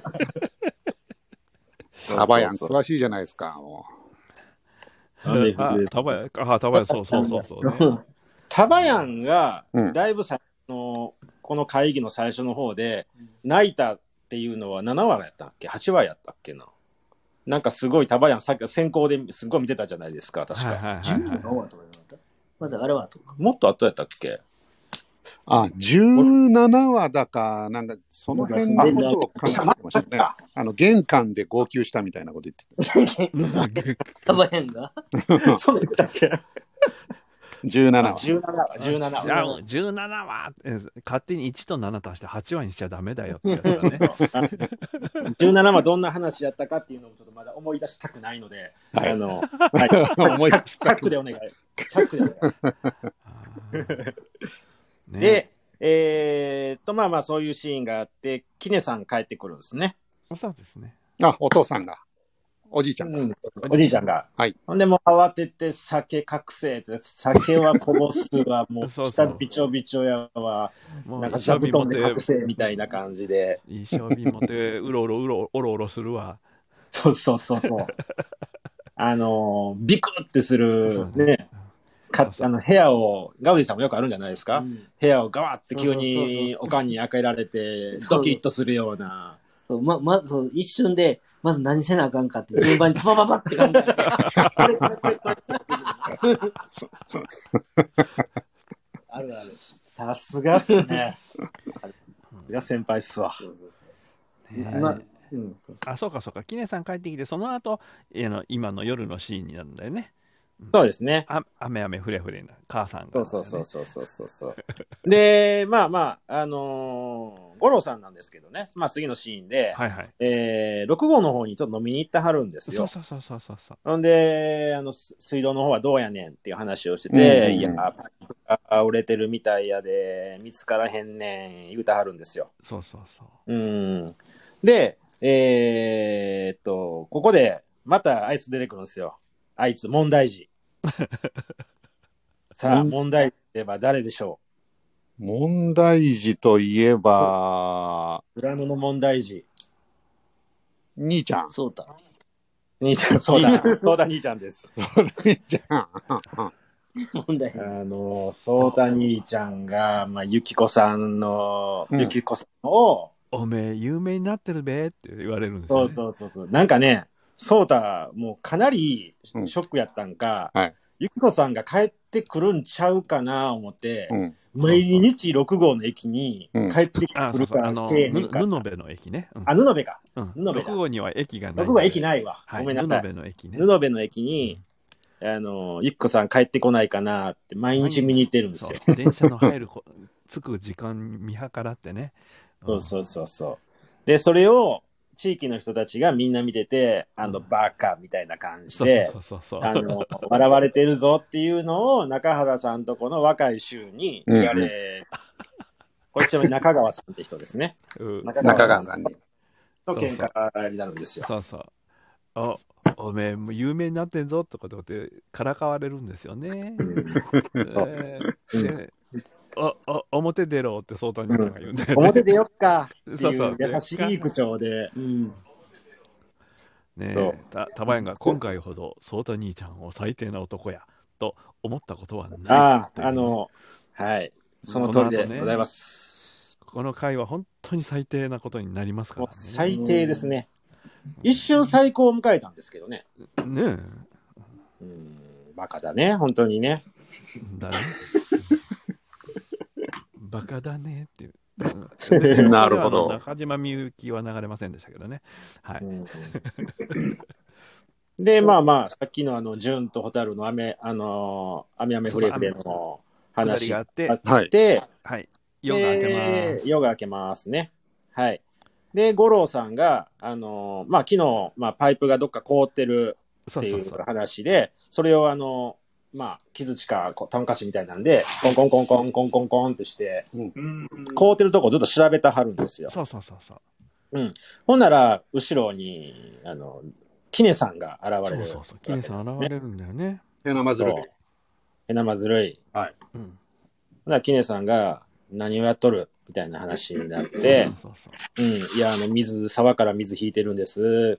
タバヤン詳しいじゃないですか。もう。雨風れ。タバヤン、あ、タバヤンそうそうそうそう、ね。 タバヤンがだいぶ最初のこの会議の最初の方で泣いたっていうのはななわやったっけはちわやったっけな。なんかすごいタバヤンさっき先行ですごい見てたじゃないですか確か。 はいはいはいはい、まだあれはとか。 もっと後やったっけ。 あ、じゅうななわだかなんかその辺のことを考えてましたね。あの玄関で号泣したみたいなこと言ってた。タバヤンが。 そうだったっけ。 じゅうななわ。 じゅうななわ。じゅうななわ。 じゅうななわ。勝手にいちとなな足してはちわにしちゃダメだよってやつだね。 じゅうななわどんな話やったかっていうのもちょっとまだ思い出したくないので、はい、あの、はい、チャックでお願い。チャックでお願い。ね、で、えー、っと、まあまあそういうシーンがあって、キネさん帰ってくるんですね。 そうですね。 あ、お父さんが。おじいちゃんが。うん、 おじいちゃんが。 はい。 ほんでもう慌てて酒隠せって、酒はこぼすわ、もう下びちょびちょやわ、なんか座布団で隠せみたいな感じで。 一生瓶持って、うろうろうろおろおろするわ。 そうそうそうそう。あの、ビクってする、ね。かあの部屋を、ガウディさんもよくあるんじゃないですか、うん、部屋をガワって急におかんに開けられて、ドキッとするような。 そう、ま、ま、そう、一瞬で、まず何せなあかんかって、順番にパパパパって考えて、これこれこれこれあるある。 さすがっすね。さすが先輩っすわ。 今うん、あ、そうかそうか。キネさん帰ってきて、その後、今の夜のシーンになるんだよね。 そうですね。 あ雨雨ふれふれな母さんが、ね。 そうそうそうそうそうそう。で、まあまあ、あのー、五郎さんなんですけどね、まあ次のシーンで、 はいはい。 えー、ろく号の方にちょっと飲みに行ってはるんですよ。 そうそうそうそうそう。 ほんで、あの、水道の方はどうやねんっていう話をしてて、うんうん、いや、パイプが売れてるみたいやで、見つからへんねん、言うてはるんですよ。 そうそうそう。 うん。で、えー、っと、ここで、またあいつ出てくるんですよ。あいつ、問題児。さあ、問題児といえば誰でしょう。問題児といえば、 裏野の問題児。 兄ちゃん。 そうだ。 兄ちゃん、そうだ。そうだ兄ちゃんです。 そうだ兄ちゃん。 問題あの、そうた兄ちゃんが、まあ、ゆきこさんの、うん、ゆきこさんを、 おめえ、有名になってるべって言われるんですよ、 ね。そうそうそうそう。なんかね、そうた、もうかなりショックやったんか、うんはい、ゆきこさんが帰ってくるんちゃうかな思って、うん、毎日ろく号の駅に帰ってくるからけえへんか。布部の駅ね。 うん、あ、布部か。 うん、布部ろく号には駅がない。 ろく号は駅ないわ。 はい、 ごめんなさい。 布部の駅ね。 布部の駅に、うん、あの、ゆきこさん帰ってこないかなって毎日見に行ってるんですよ。 電車の入る、着く時間見計らってね。 そうそうそうそう。で、それを、地域の人たちがみんな見てて、あの、バカみたいな感じで、あの、笑われてるぞっていうのを中原さんとこの若い衆に言われ、うん、これちなみに中川さんって人ですね。 うん、中川さんに。 と喧嘩になるんですよ。 そうそう。お、 おめえもう有名になってんぞとかってからかわれるんですよね。えー、でおお表出ろって相談にちゃんが言うんだよね、 うん、表出よっかってそうそいうう優しい口調で。うんねえ、たたばやんが今回ほどソータ兄ちゃんを最低な男やと思ったことはない。 ああ、あの、はい、その通りでございます。 この回は本当に最低なことになりますからね。 最低ですね。一瞬最高を迎えたんですけどね。 ねえ。 うん、バカだね、本当にね。 だね。バカだねっていう。 なるほど。 中島みゆきは流れませんでしたけどね。はい。うんで、まあまあ、さっきのあの、純と蛍の雨、あのー、雨雨フレークでの話があって、 あって、 はい。夜が明けます。 夜が明けますね。はい。で、五郎さんが、あのー、まあ昨日、まあパイプがどっか凍ってるっていう話で、そうそうそうそれをあのー、まあ、木槌か短歌詞みたいなんで、コンコンコンコンコンコンコンってして、うん、凍ってるとこずっと調べたはるんですよ。 そうそうそうそう。 うん。ほんなら、後ろに、あの、キネさんが現れる、ね。 そうそうそう。キネさん現れるんだよね。 へなまずるい。 へなまずるい。 はい。 うん。ほんならキネさんが何をやっとるみたいな話になって、そうそうそうそう。うん。いや、あの、水、沢から水引いてるんです。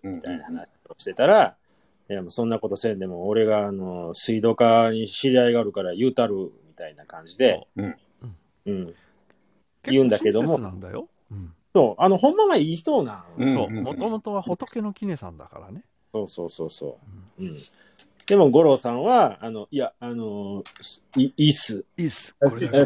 みたいな話をしてたら、いや、もうそんなことせんでも、俺が、あの、水道課に知り合いがあるから言うたる、みたいな感じで、う。うん。うん。言うんだけども。 なんだよ。うん。 そう。あの、ほんまはいい人なの。うん、そう。もともとは仏のキネさんだからね。 そうそうそうそう。うん。でも、五郎さんは、あの、いや、あの、いいっす。 いいっす。 これです。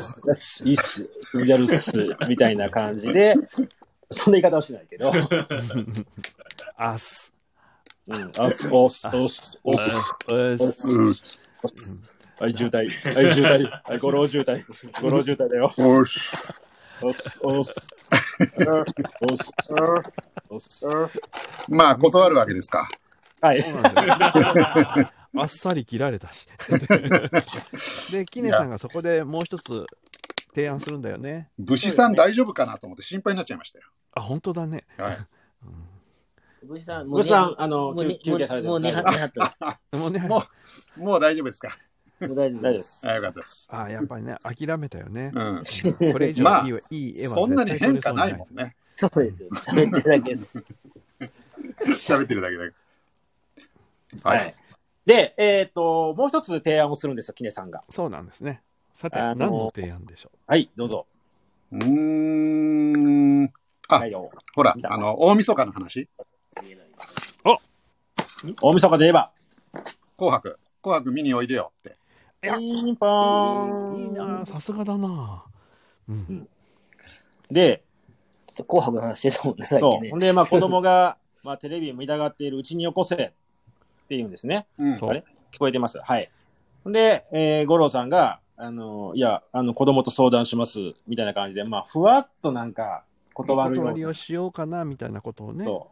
いいっす。やるっす。みたいな感じで、そんな言い方はしないけど。 あっす。 うん。あっす、おっす、おっす、おっす。おっす。はい、渋滞。はい、渋滞。はい、五郎渋滞。五郎渋滞だよ。 おっす。 おっす、おっす。おっす。おっす。 まあ、断るわけですか。 はい。 そうなんですよ。あっさり切られたし。で、キネさんがそこでもう一つ提案するんだよね。 武士さん大丈夫かなと思って心配になっちゃいましたよ。 あ、本当だね。 はい。 武士さん、 武士さん、あの、休憩されてもうにはっと。 もうね、もう、もう大丈夫ですか。 もう大丈夫です。 あ、よかったです。 あ、やっぱりね、諦めたよね。 うん。 これ以上いい、いい絵はそんなに変化ないもんね。 そうですよ。喋ってるだけです。 喋ってるだけだけ。 はい。で、えっと、もう一つ提案をするんですよ、キネさんが。 そうなんですね。さて、何の提案でしょう。 はい、どうぞ。 うーん。あ、ほら、あの、大晦日の話。 お大晦日で言えば。 紅白。紅白見においでよって。 ピンポーン。 いいな、さすがだな。うん。 で、 紅白の話してたもんね。 そう。ほんで、まあ子供が、まあテレビ見たがっているうちによこせって言うんですね。 うん。 あれ聞こえてます。はい。ほんで、えー、五郎さんが、あの、いや、あの、子供と相談します、みたいな感じで、まあ、ふわっとなんか、断るような。 断りをしようかな、みたいなことをね。 そう。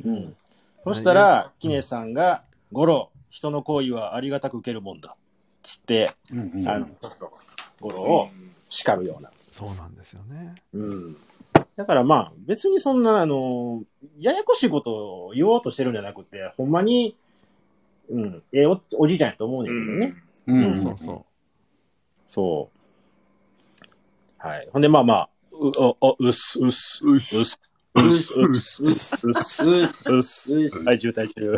うん。そしたら、キネさんが、五郎、人の行為はありがたく受けるもんだ。つって、 うんうん、 あの、ちょっと、五郎を叱るような。 そうなんですよね。 うん。だからまあ、別にそんな、あの、ややこしいことを言おうとしてるんじゃなくて、ほんまに、うん、ええお、おじいちゃんやと思うねんけどね。 うん、そうそうそう。 そう。はい。ほんで、まあまあ、う、お、お、うっす、うっす、うっす、うっす、うっす、うっす、うっす、うっす、はい、渋滞中。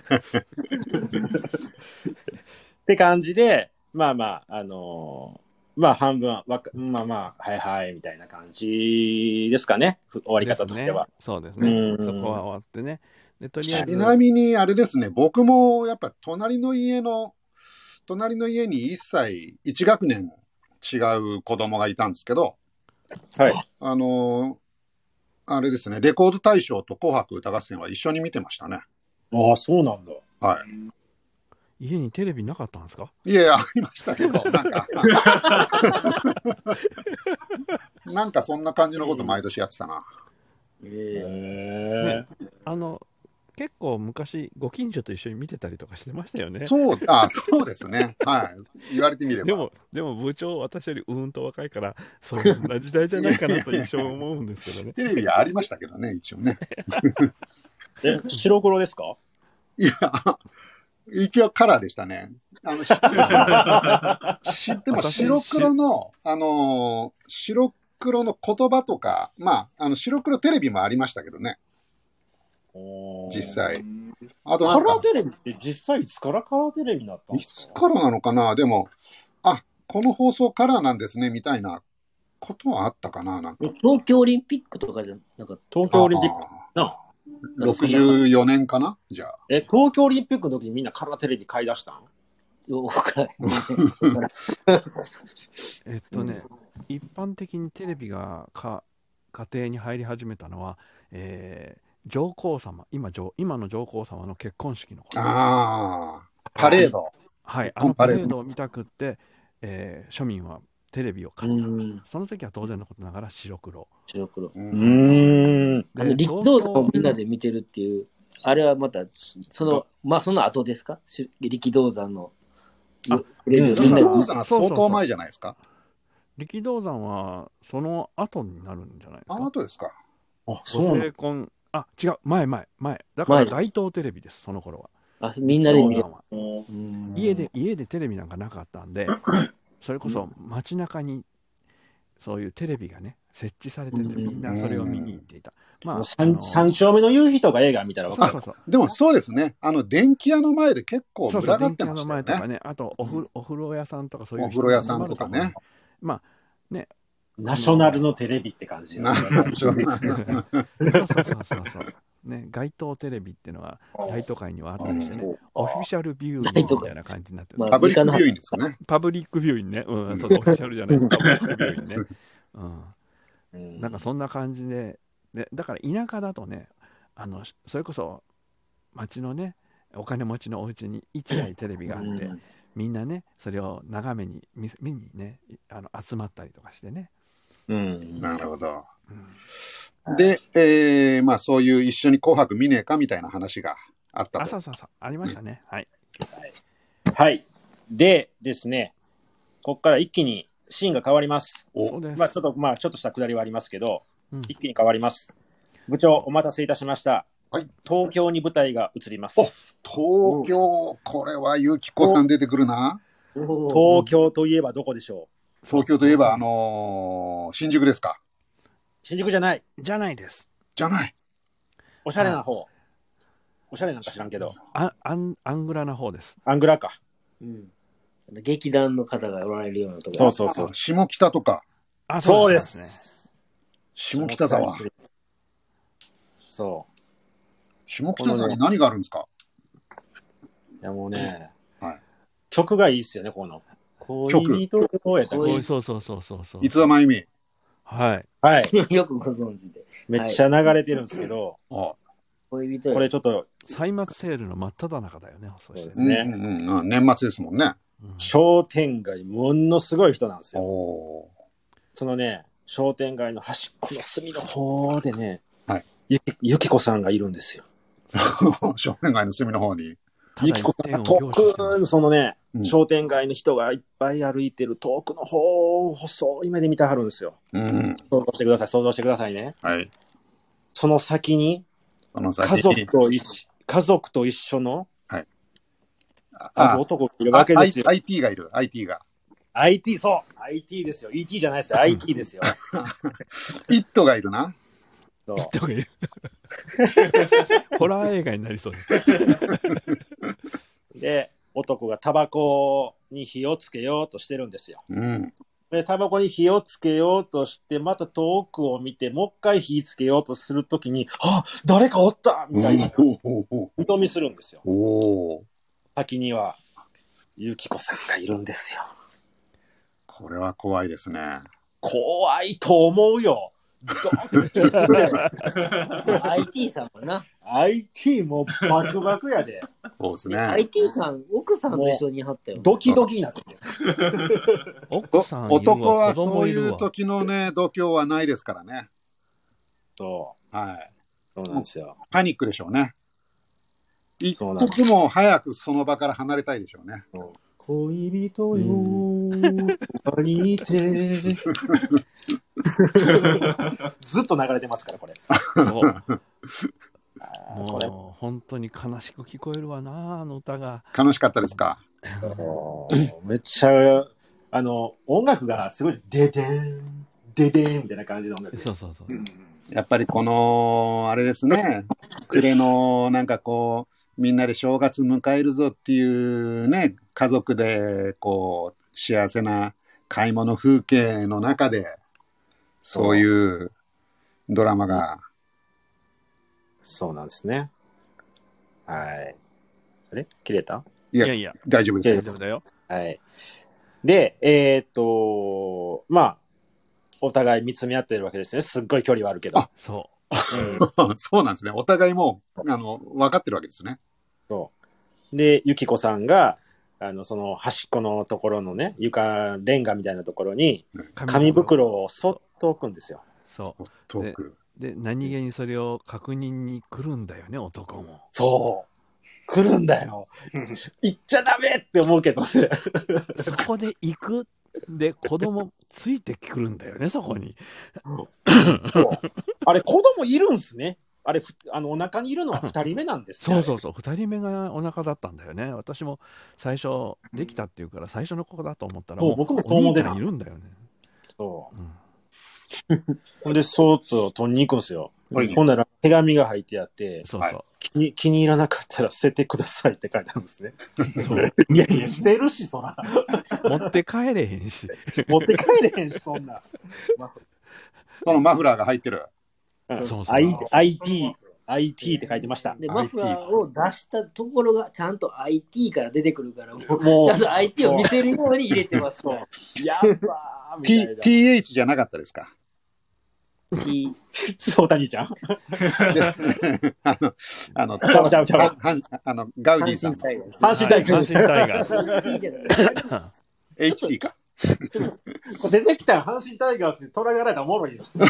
って感じで、まあまあ、あのー、まあ半分、わか、まあまあ、はいはい、みたいな感じですかね。終わり方としては。 そうですね。そこは終わってね。で、とりあえず。 ちなみに、あれですね、僕もやっぱ隣の家の、隣の家にいっさい、いち学年違う子供がいたんですけど、 はい。 あのー、あれですね、レコード大賞と紅白歌合戦は一緒に見てましたね。 ああ、そうなんだ。 はい。 家にテレビなかったんですか？ いやいや、ありましたけど、なんか、なんかそんな感じのこと毎年やってたな。 へえーね。あの、結構昔、ご近所と一緒に見てたりとかしてましたよね。 そう、あ、そうですね。はい。言われてみれば。 でも、でも部長、私よりうんと若いから、そんな時代じゃないかなと一生思うんですけどね。 テレビはありましたけどね、一応ね。 え、白黒ですか？ いや、一応カラーでしたね。あの、しでも白黒の、あのー、白黒の言葉とか、まあ、あの、白黒テレビもありましたけどね。実際。 あとカラーテレビって実際いつからカラーテレビになったんですか？ いつからなのかな。でも、あ、この放送カラーなんですね、みたいなことはあったかな、なんか。 東京オリンピックとかじゃなかった？ 東京オリンピックな。 ろくじゅうよねんかなじゃあ。 え、東京オリンピックの時にみんなカラーテレビ買い出したん？ えっとね、一般的にテレビがか家庭に入り始めたのは、えー、上皇様、今上、今の上皇様の結婚式の頃。 ああ、パレード。 はい、あのパレードを見たくって、えー、庶民はテレビを買った。その時は当然のことながら白黒。 白黒。 うーん。 あの力道山をみんなで見てるっていう、あれはまた、その、まあその後ですか？力道山の。 あ、力道山は相当前じゃないですか？ 力道山はその後になるんじゃないですか？ あ、後ですか。 あ、そうご成婚、あ、違う、前前、前。だから街頭テレビです、その頃は。 あ、みんなで見る。 家で、家でテレビなんかなかったんで、それこそ街中にそういうテレビがね、設置されてて、みんなそれを見に行っていた。まあ、 三, 三丁目の夕日とか映画見たら分かる。 そうそうそう。でもそうですね。あの、電気屋の前で結構群がってましたよね。 そうそう、電気屋の前とかね。あとお風、お風呂屋さんとかそういう。 お風呂屋さんとかね。 まあ、ね。 ナショナルのテレビって感じ。 ナショナル。そうそうそうそうそう。ね、街頭テレビっていうのは大都会にはあったりしてね。オフィシャルビューイングみたいな感じになってる。 パブリックビューイングですよね。 パブリックビューイングね。うん、そう、オフィシャルじゃない。パブリックビューイングね。うん。なんかそんな感じで、でだから田舎だとね、あのそれこそ町のねお金持ちのお家に一台テレビがあって、うん、みんなねそれを眺めに見にねあの集まったりとかしてね。 うん、なるほど。うん、で、えー、まあそういう一緒に紅白見ねえかみたいな話があったと。 あ、そうそうそうありましたね。うん、はい。 はい。でですね、ここから一気にシーンが変わります。 そうです。 まあちょっとまあちょっとした下りはありますけど。うん、一気に変わります。部長、お待たせいたしました。 はい、 東京に舞台が移ります。 東京、これはゆきこさん出てくるな。 東京といえばどこでしょう？東京といえば、あのー、新宿ですか？ 新宿じゃない。 じゃないです。 じゃない。 おしゃれな方。おしゃれなんか知らんけど。 あアンアングラな方です。 アングラか。 うん。劇団の方がおられるようなところ。 そうそうそう。 下北とか。 あ、そうですね。 下北沢。 そう。 下北沢に何があるんですか？ いやもうね、 はい、 曲がいいっすよね、この。恋人をやったっけ？ そうそうそうそうそう。 いつはまゆみ。 はい。 はい。 よくご存知で。 めっちゃ流れてるんですけど、 はい、 恋人これちょっと。 歳末セールの真っ只中だよね、 そうですね。 うんうんうん、年末ですもんね。 うん、商店街、ものすごい人なんですよ。おそのね、商店街の端っこの隅の方でね、 はい、 ゆき、ゆきこさんがいるんですよ。 商店街の隅の方に。 ゆきこさんが遠く、そのね、うん、商店街の人がいっぱい歩いてる遠くの方を細い目で見てはるんですよ。 うん、 想像してください、想像してくださいね。 はい。 その先に、 その先家族と一家族と一緒の、 はい。 ある男がいるわけですよ。 アイティー がいる、アイティー が。 アイティー、そう !アイティー ですよ。イーティー じゃないですよ。アイティー ですよ。 イットがいるな。 そう。 イットがいる。ホラー映画になりそうです。 で、男がタバコに火をつけようとしてるんですよ。 うん。 で、タバコに火をつけようとして、また遠くを見て、もう一回火つけようとするときに、あ、誰かおったみたいな、認みするんですよ。 お先には、ゆきこさんがいるんですよ。 これは怖いですね。 怖いと思うよ。 アイティー さんもな。 アイティー もバクバクやで。 そうですね。 アイティー さん、奥さんと一緒にいはったよ。 ドキドキになってる。 奥さん男はそういう時のね、度胸はないですからね。 そう。 はい。 そうなんですよ。 パニックでしょうね。一刻も早くその場から離れたいでしょうね。 恋人よそばにいてずっと流れてますからこれ。 もう本当に悲しく聞こえるわな、あの歌が。 悲しかったですか？ めっちゃ、あの、音楽がすごい、デデーン、デデーンみたいな感じの音楽。 そうそうそう。 やっぱりこの、あれですね、暮れのなんかこう、みんなで正月迎えるぞっていうね、家族でこう、幸せな買い物風景の中で、そういうドラマが。 そうなんですね。はい。あれ切れた？ いやいやいや、大丈夫ですよ。 大丈夫だよ。 はい。で、えー、っと、まあ、お互い見つめ合ってるわけですね。すっごい距離はあるけど。 あ、そう。うん、そうなんですね。お互いもう、あの、分かってるわけですね。 そう。で、ゆきこさんが、あの、その端っこのところのね、床、レンガみたいなところに、紙袋をそっと置くんですよ。 そう。 そっと置く。 で、何気にそれを確認に来るんだよね、男も。 そう。来るんだよ。行っちゃダメって思うけどね。 そこで行くで、子供ついてくるんだよね、そこに。 あれ、子供いるんすね。あれ、あの、お腹にいるのは二人目なんですね。 そうそうそう、二人目がお腹だったんだよね。私も最初、できたっていうから、最初の子だと思ったら、 そう、僕もそう思ってた。 お兄ちゃんいるんだよね。 そう。うんほんで、そーっと取りに行くんですよ。ほんなら手紙が入ってあって、 そうそう。 気に、気に入らなかったら捨ててくださいって書いてあるんですね。そう。いやいや、捨てるし、そら。 持って帰れへんし。 持って帰れへんし、そんな。 そのマフラーが入ってる。 そうそうそう。アイティー、アイティー って書いてました。 で、マフラーを出したところがちゃんと アイティー から出てくるから、もう、もうちゃんと アイティー を見せるように入れてます。 そう。やっばーみたいな。 T、ティーエイチ じゃなかったですか？ T、そうたにちゃんあの、あの、 ちゃうちゃうちゃう。 あの、ガウディさん。 阪神タイガース。 阪神タイガース。 エイチティー か。 これ出てきたら阪神タイガースで虎がられたらおもろいよ。そ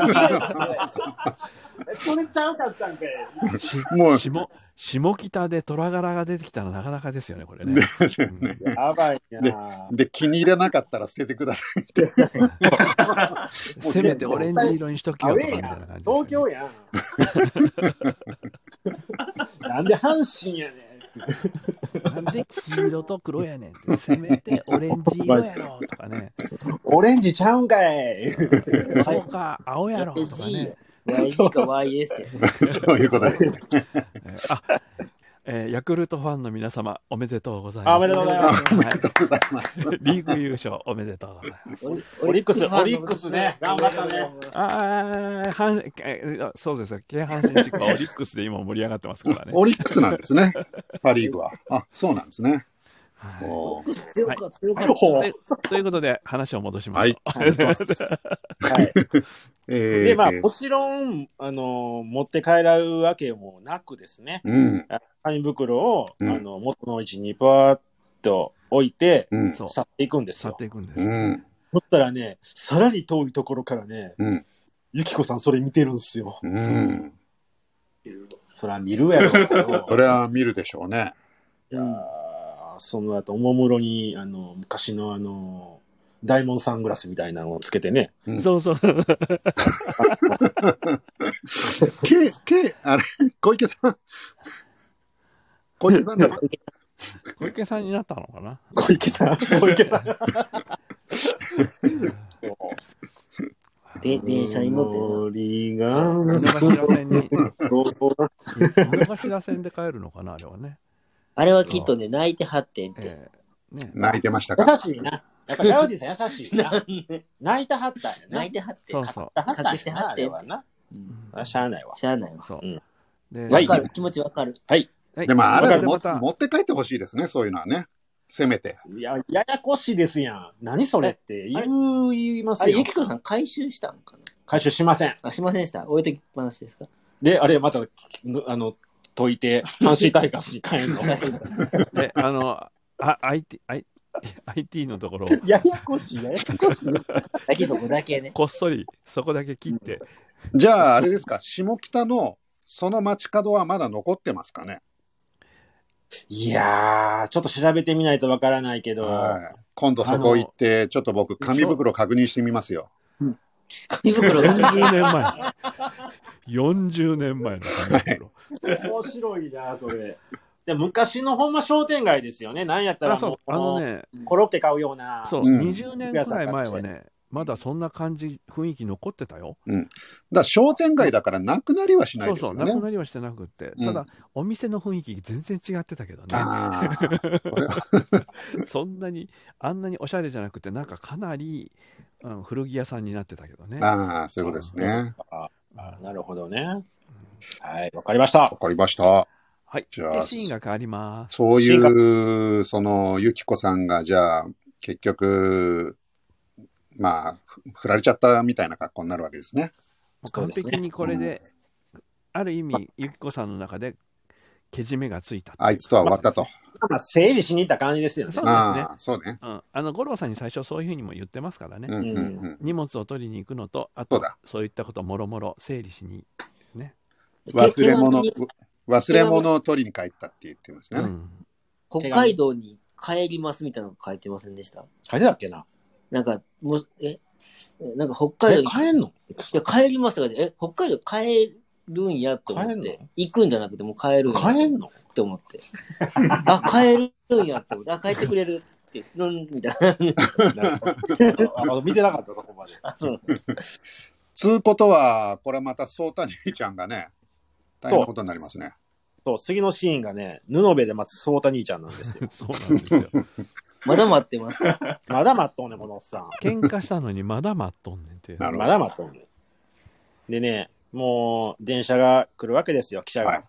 れちゃうかったんかい。 もう下、下北で虎柄が出てきたらなかなかですよね、これね。 やばいなで。で、気に入らなかったら捨ててくださいって。 せめてオレンジ色にしときよとかみたいな感じ、ね。 東京やん。なんで阪神やねん。 なんで黄色と黒やねんって。せめてオレンジ色やろとかね。 オレンジちゃうんかい。 そうか、青やろとかね。 ワイジー か ワイエス や。 そういうことですね。 あ、えー、ヤクルトファンの皆様おめでとうございます。 おめでとうございます。 おめでとうございます。 リーグ優勝おめでとうございます。 オリックス、オリックスね、頑張ったね。 ああ、阪神、そうですよ。京阪神地区はオリックスで今盛り上がってますからね。 オリックスなんですね。パリーグは。あ、そうなんですね。 はい、強かった強かったということで話を戻しましょう。 はい。はいえー、でまあもちろんあの持って帰られるわけもなくですね。 うん、 紙袋を、うん、あの元の位置にパーッと置いて、うん、去っていくんですよ。 去っていくんです。 うん、 そしたらねさらに遠いところからね、 うん、 ゆきこさんそれ見てるんですよ。 うん、 そりゃ見るやろうけど。 それは見るでしょうね。 いやその後おもむろにあの昔のあのダイモンサングラスみたいなのをつけてね。 うん、そうそう。 け、け、あれ、小池さん。小池さんだ。 小池さんになったのかな。 小池さん。小池さん。 で、電車に乗ってる。が井の頭線に。井の頭線で帰るのかな、あれはね。 あれはきっとね、泣いてはってんって。 えーね、 泣いてましたか。 優しいな。やっぱガウディさん優しいな。泣いてはったんやな。 泣いてはって。 そうそう。 隠してはってん。 あ、しゃあないわ。 しゃあないわ。 そう。 で、わかる。気持ちわかる。 はい。 でもあれは持って帰ってほしいですね、そういうのはね。せめて。 いや、ややこしいですやん。何それって言う、言いますよ。 あれ、ゆきこさん回収したんかな。 回収しません。 あ、しませんでした。置いときっぱなしですか。 で、あれ、また、あの、解いて、阪神タイガースに変えるの。 で、あの、あ、アイティー、アイティー のところややこしい、ややこしい。 だけどこだけね。 こっそり、そこだけ切って。 じゃあ、あれですか、下北の、その街角はまだ残ってますかね。 いやー、ちょっと調べてみないとわからないけど。 今度そこ行って、ちょっと僕、紙袋確認してみますよ。 紙袋よんじゅうねんまえ。よんじゅうねんまえの紙袋。 面白いな、それ。で昔のほんま商店街ですよね。なんやったらもう、 あのね、 コロッケ買うような。 そう、うん、にじゅうねんくらい前はね、まだそんな感じ、雰囲気残ってたよ。 うん。だから商店街だからなくなりはしないですよね。 そうそう、なくなりはしてなくって。ただ、うん、お店の雰囲気全然違ってたけどね。 あそんなに、あんなにおしゃれじゃなくて、なんかかなり、うん、古着屋さんになってたけどね。 ああ、そういうことですね。 ああ、なるほどね。はい、わかりました。 わかりました。 はい。じゃあ、シーンが変わります。 そういう、その、ゆきこさんが、じゃあ、結局、まあ、振られちゃったみたいな格好になるわけですね。 完璧にこれで、うん、ある意味、ゆきこさんの中で、けじめがついた。 あいつとは終わったと。 まあ、整理しに行った感じですよね。 そうですね。 あそうね。 うん。あの、五郎さんに最初そういうふうにも言ってますからね。 うんうんうん、 荷物を取りに行くのと、あと、そうだ、そういったこともろもろ整理しに、ね。 忘れ物、忘れ物を取りに帰ったって言ってますね。うん、 北海道に帰りますみたいなの書いてませんでした？ 書いてたっけな？ なんか、もう、え、なんか北海道に。 帰んの？ いや、帰りますとかで、え、北海道帰るんやと思って。行くんじゃなくてもう帰るんや。 帰んのって思って。あ、帰るんやって思って。あ、帰ってくれるって、ルンみたいな。 あ、見てなかった、そこまで。 あ、そう。 つうことは、これまたそうた兄ちゃんがね、大変なことになりますね。 そう、次のシーンがね、布部で待つそうた兄ちゃんなんですよ。 そうなんですよ。 まだ待ってます。 まだ待っとんねん、このおっさん。 喧嘩したのにまだ待っとんねんっていう。 まだ待っとんねん。でね、もう、電車が来るわけですよ、汽車が。はい、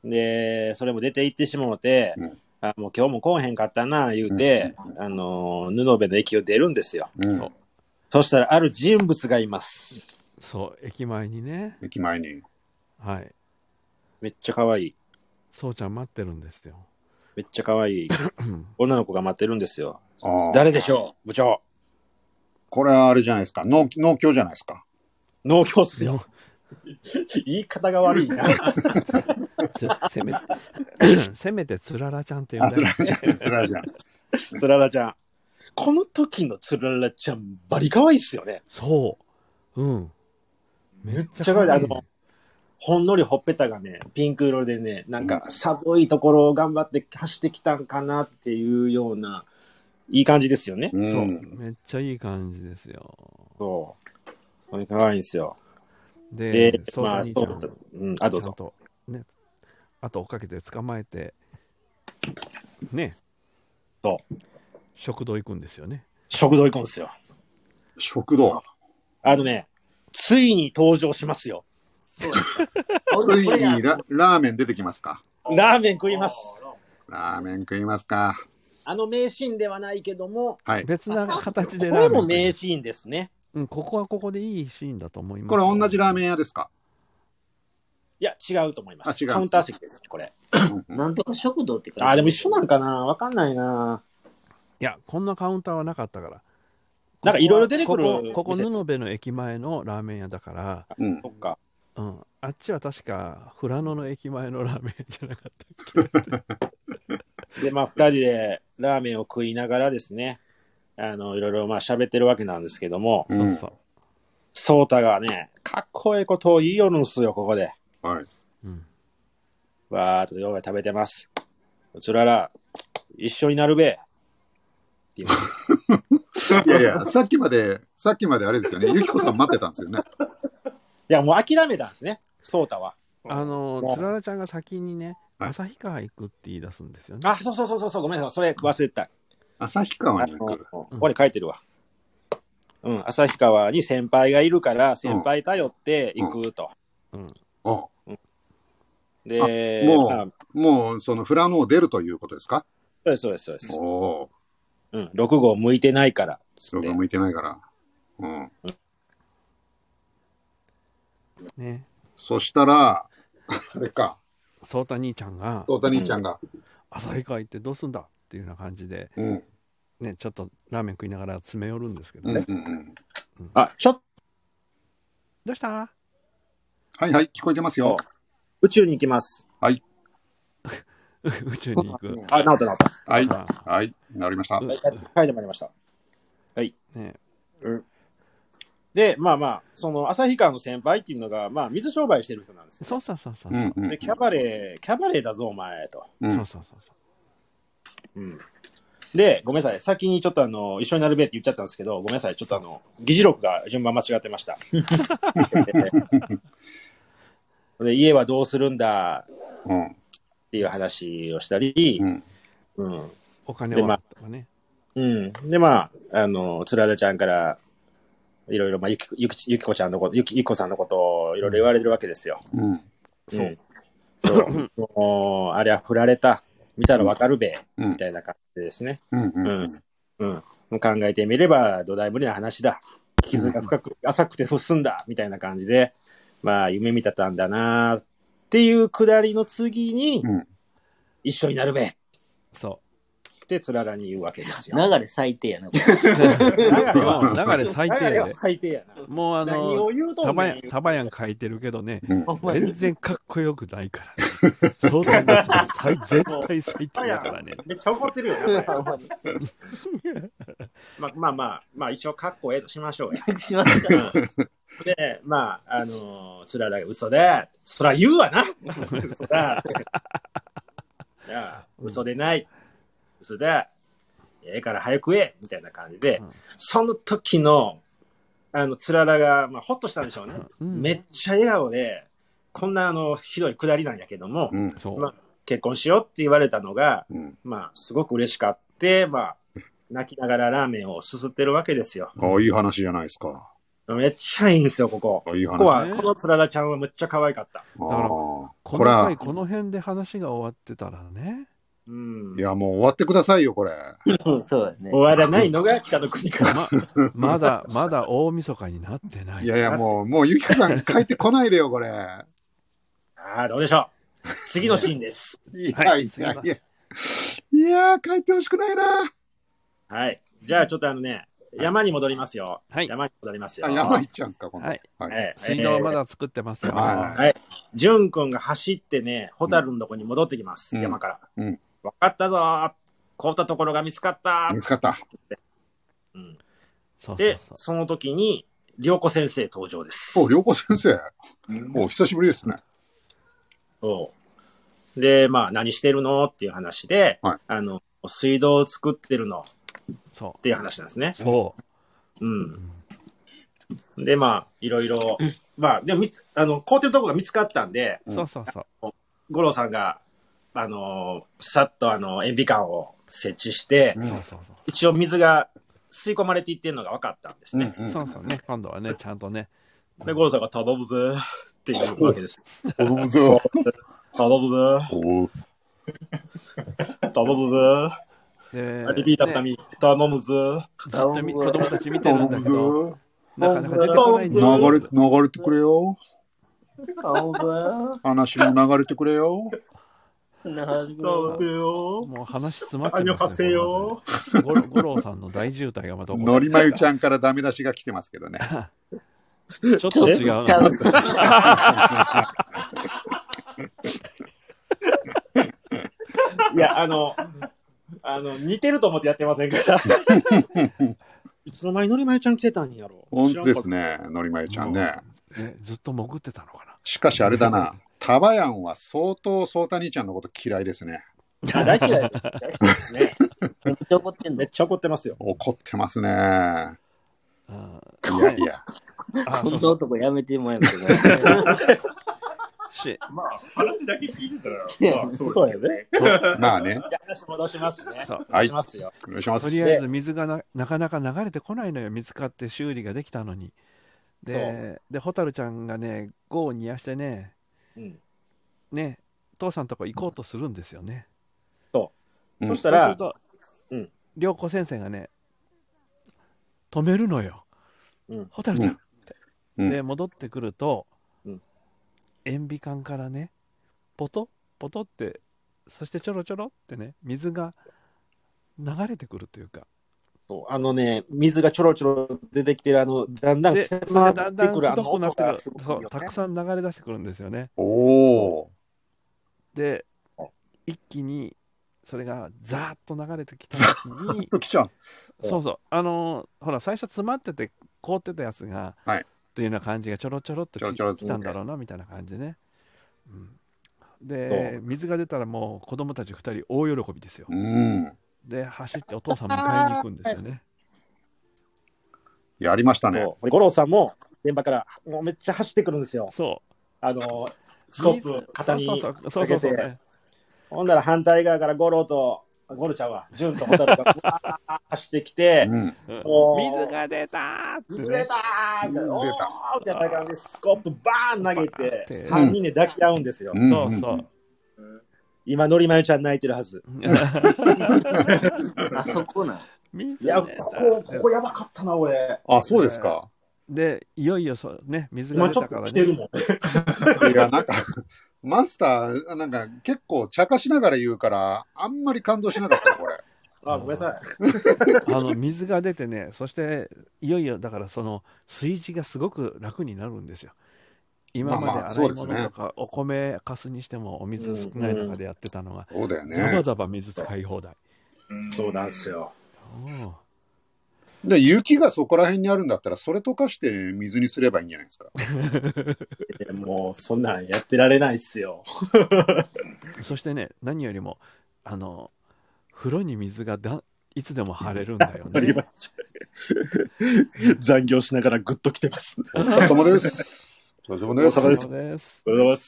で、それも出て行ってしもうて、うん、あもう今日も来おへんかったな、言うて、うん、あの、布部の駅を出るんですよ。うん、そう。そしたら、ある人物がいます。 そう、駅前にね。 駅前に。 はい。 めっちゃ可愛い。 そうちゃん待ってるんですよ。 めっちゃ可愛い女の子が待ってるんですよ。誰でしょう、部長。 これはあれじゃないですか。農農協じゃないですか。 農協っすよ。言い方が悪いな。 せめて、せめてつららちゃんって言うんだよ。 つららちゃん、つららちゃん。 つららちゃん。この時のつららちゃん、バリ可愛いっすよね。 そう。うん。 めっちゃ可愛い。あの、ほんのりほっぺたがね、ピンク色でね、なんか寒いところを頑張って走ってきたんかなっていうような、いい感じですよね。 うん、そう。めっちゃいい感じですよ。 そう。これ可愛いんですよ。 で、でそうだ、兄ちゃん、 うん、あ、どうぞ。 とね、あと追っかけて捕まえて、ね。 そう。 食堂行くんですよね。 食堂行くんですよ。 食堂。 あのね、ついに登場しますよ。 そうついにララーメン出てきますか。 ラーメン食います。 ラーメン食いますか。 あの名シーンではないけども、 はい、 別な形でラーメン。 これも名シーンですね。 うん、ここはここでいいシーンだと思います。 これ同じラーメン屋ですか。 いや、違うと思います。 あ、違う。 カウンター席ですね、これ。 なんとか食堂って書いてあ、でも一緒なんかな、わかんないな。 いや、こんなカウンターはなかったから。 なんかいろいろ出てくる。 ここ、ここ布部の駅前のラーメン屋だから。 うん。そっか。 うん。あっちは確か富良野の駅前のラーメン屋じゃなかったっけ。で、まあ二人でラーメンを食いながらですね、あの、いろいろまあ喋ってるわけなんですけども。 そうそう。 ソータがね、かっこいいことを言いよるんすよ、ここで。 はい。 うん。 わーっとようが食べてます。つらら、一緒になるべ。 いやいや、さっきまで、さっきまであれですよね。ゆきこさん待ってたんですよね。 いや、もう諦めたんですね、ソータは。 あの、つららちゃんが先にね、旭川行くって言い出すんですよね。 あ、そうそうそうそう、ごめんなさい、それ忘れてた。 旭川に行く。 ここに書いてるわ。うん、旭川に先輩がいるから、先輩頼って行くと。 うん。 うんうん、で、 もう、まあ、もう、その、富良野を出るということですか。 そうです、そうです、そうです。 おうん、ろく号向いてないから。 ろく号向いてないから。うん。うん、 ね。 そしたら、あれか。 そうた兄ちゃんが。 そうた兄ちゃんが。 旭川行ってどうすんだっていうような感じで。 うん。 ね、ちょっとラーメン食いながら詰め寄るんですけどね。 うんうんうんうん、あ、ちょっと。 どうした？ はいはい、聞こえてますよ。 宇宙に行きます。 はい。 宇宙に行く。 あ、治った治った。 はい。はい。治りました。 はい、書いてまいりました。はい。 ねうん。 で、まあまあ、その、旭川の先輩っていうのが、まあ、水商売してる人なんですよ。 そうそうそうそう。 うんうん、 で、キャバレー、キャバレーだぞ、お前、と。 うん、そうそうそうそう。 うん。で、ごめんなさい。先にちょっとあの、一緒になるべって言っちゃったんですけど、ごめんなさい。ちょっとあの、議事録が順番間違ってました。で、家はどうするんだっていう話をしたり、うん。うん、 お金はとかね。 うん。で、まあ、あの、つららちゃんから、いろいろ、まあ、ゆき、ゆき、ゆきこちゃんのこと、ゆき、ゆきこさんのことをいろいろ言われてるわけですよ。うん。そう。そう。もう、あれは振られた。見たらわかるべ、うん、みたいな感じでですね。うん。うん。うん。考えてみれば、土台無理な話だ。傷が深く、浅くて進んだ、みたいな感じで、まあ、夢見てたんだなっていうくだりの次に、うん、一緒になるべ。 そう。 ってつららに言うわけですよ。 流れ最低やな。 流れは、流れ最低やで。 流れは最低やな。 もうあの、たばやん、たばやん書いてるけどね、うん、全然かっこよくないからね。そう考えたら絶対最低やからね。 めっちゃ怒ってるよね。まあまあまあ、まあ一応かっこええとしましょうよ。 しますか。 で、まあ、あの、つららが嘘で、そら言うわな。嘘だ。いや、嘘でない。嘘だ。ええから早くえみたいな感じで、うん、その時の、あの、つららが、まあ、ほっとしたんでしょうね。うん、めっちゃ笑顔で、こんな、あの、ひどいくだりなんやけども、うん、まあ、結婚しようって言われたのが、うん、まあ、すごく嬉しかって、まあ、泣きながらラーメンをすすってるわけですよ。 ああ、いい話じゃないですか。 めっちゃいいんですよ、ここ。 いい話、ね、 ここは、このつららちゃんはめっちゃ可愛かった。 だから、この回、この辺で話が終わってたらね。 うん、いや、もう終わってくださいよ、これ。 そうだね。 終わらないのが北の国から。 ま、まだ、まだ大晦日になってない。 いやいや、もう、もう、ゆきこさん帰ってこないでよ、これ。 ああ、どうでしょう。次のシーンです。 いやいやいや。いやー、帰ってほしくないな。 はい。じゃあ、ちょっとあのね、山に戻りますよ。はい。山に戻りますよ。 あ、山行っちゃうんですか、今度。 はい。はい。水道まだ作ってますよ。 はい。じゅんくんが走ってね、ホタルのとこに戻ってきます、山から。うん。分かったぞー。凍ったところが見つかった見つかった。 うん。で、その時に、涼子先生登場です。 お、涼子先生。お、久しぶりですね。 そう。で、まあ、何してるのっていう話で、はい、あの、水道を作ってるの。そう。っていう話なんですね。 そう。 うん。で、まあ、いろいろ、まあ、でも、あの、凍ってるところが見つかったんで、 そうそうそう。 五郎さんが、あの、さっとあの、塩ビ管を設置して、 うん、そうそうそう。 一応水が吸い込まれていってるのが分かったんですね。 うんうん、そうそうね。今度はね、ちゃんとね。 で、五郎さんが頼むぜっていうわけです。 頼むぜ。 頼むぜ。頼むぜ。アリビータタミ、頼むぜ。 ずっと子供たち見てるんだけど、なかなか出てこないんだよ。流れ、流れてくれよ。話も流れてくれよ。 なるほど。 もう話詰まってますね。 よ。 五郎さんの大渋滞がまた起こる。 のりまゆちゃんからダメ出しが来てますけどね。 ちょっと違うな。 いや、あの、あの、似てると思ってやってませんから。いつの間にのりまゆちゃん来てたんやろ。 本当ですね、のりまゆちゃんね。 ね、ずっと潜ってたのかな。 しかしあれだな、タバヤンは相当ソータ兄ちゃんのこと嫌いですね。 大嫌いですね。 めっちゃ怒ってんの。 めっちゃ怒ってますよ。 怒ってますね。いやいや。 こんな男やめてもらえますね。 しまあ、話だけ聞いてたら、まあ、 そうやね。 まあね。 じゃあ、話戻しますね。 はい。 しますよ。 お願いします。 とりあえず水が な, なかなか流れてこないのよ。見つかって修理ができたのに。で、で、ホタルちゃんがね、ゴーを煮やしてね、うん、ね、父さんとこ行こうとするんですよね。 そう。うん、そしたら、そうすると、うん、涼子先生がね、止めるのよ。うん、ホタルちゃんって、うん。で、戻ってくると、塩ビ管からね、ポトッポトって、そしてちょろちょろってね、水が流れてくるというか。 そう、あのね、水がちょろちょろ出てきてる、あの、だんだん迫ってくる、あの音がすごいよね。 そう、たくさん流れ出してくるんですよね。 おー。 で、一気に、それがザーッと流れてきた時に、 ザーッと来ちゃう。 そうそう、あのー、ほら、最初詰まってて、 凍ってたやつが、 はい、 というような感じがちょろちょろっときたんだろうなみたいな感じでね、うん、で水が出たらもう子供たちふたり大喜びですよ、 うん、 で走ってお父さん迎えに行くんですよね。 やりましたね。 五郎さんも現場からもうめっちゃ走ってくるんですよ。 そうあのスコープ肩にかけて、 ほんなら反対側から五郎とゴルちゃんは純とホタルが走ってきて、 うん、水が出たーって、ね、 水出たーって、おーみたいな感じでスコープバーン投げてさんにんで抱き合うんですよ、 うん、そうそう、 うん、今のりまゆちゃん泣いてるはずあそこな、 いや、ここここやばかったな俺。 あ、そうですか。 でいよいよそうね、水が出たからね。 今ちょっと来てるもんいや、なんかマスター、なんか結構茶化しながら言うから、あんまり感動しなかったよ、これ。 あ、ごめんなさい。 あの、水が出てね、そして、いよいよ、だからその、炊事がすごく楽になるんですよ。今まで洗い物とか、お米かすにしても、お水少ない中でやってたのが、 そうだよね。 ザバザバ水使い放題。 そうなんですよ。 で、雪がそこら辺にあるんだったら、それ溶かして水にすればいいんじゃないですか。 もう、そんなんやってられないっすよ。 そしてね、何よりも、あの、風呂に水がだいつでも張れるんだよね。 残業しながらグッと来てます。 お疲れ様です。お疲れ様です。 お疲れ様です。お疲れ様です。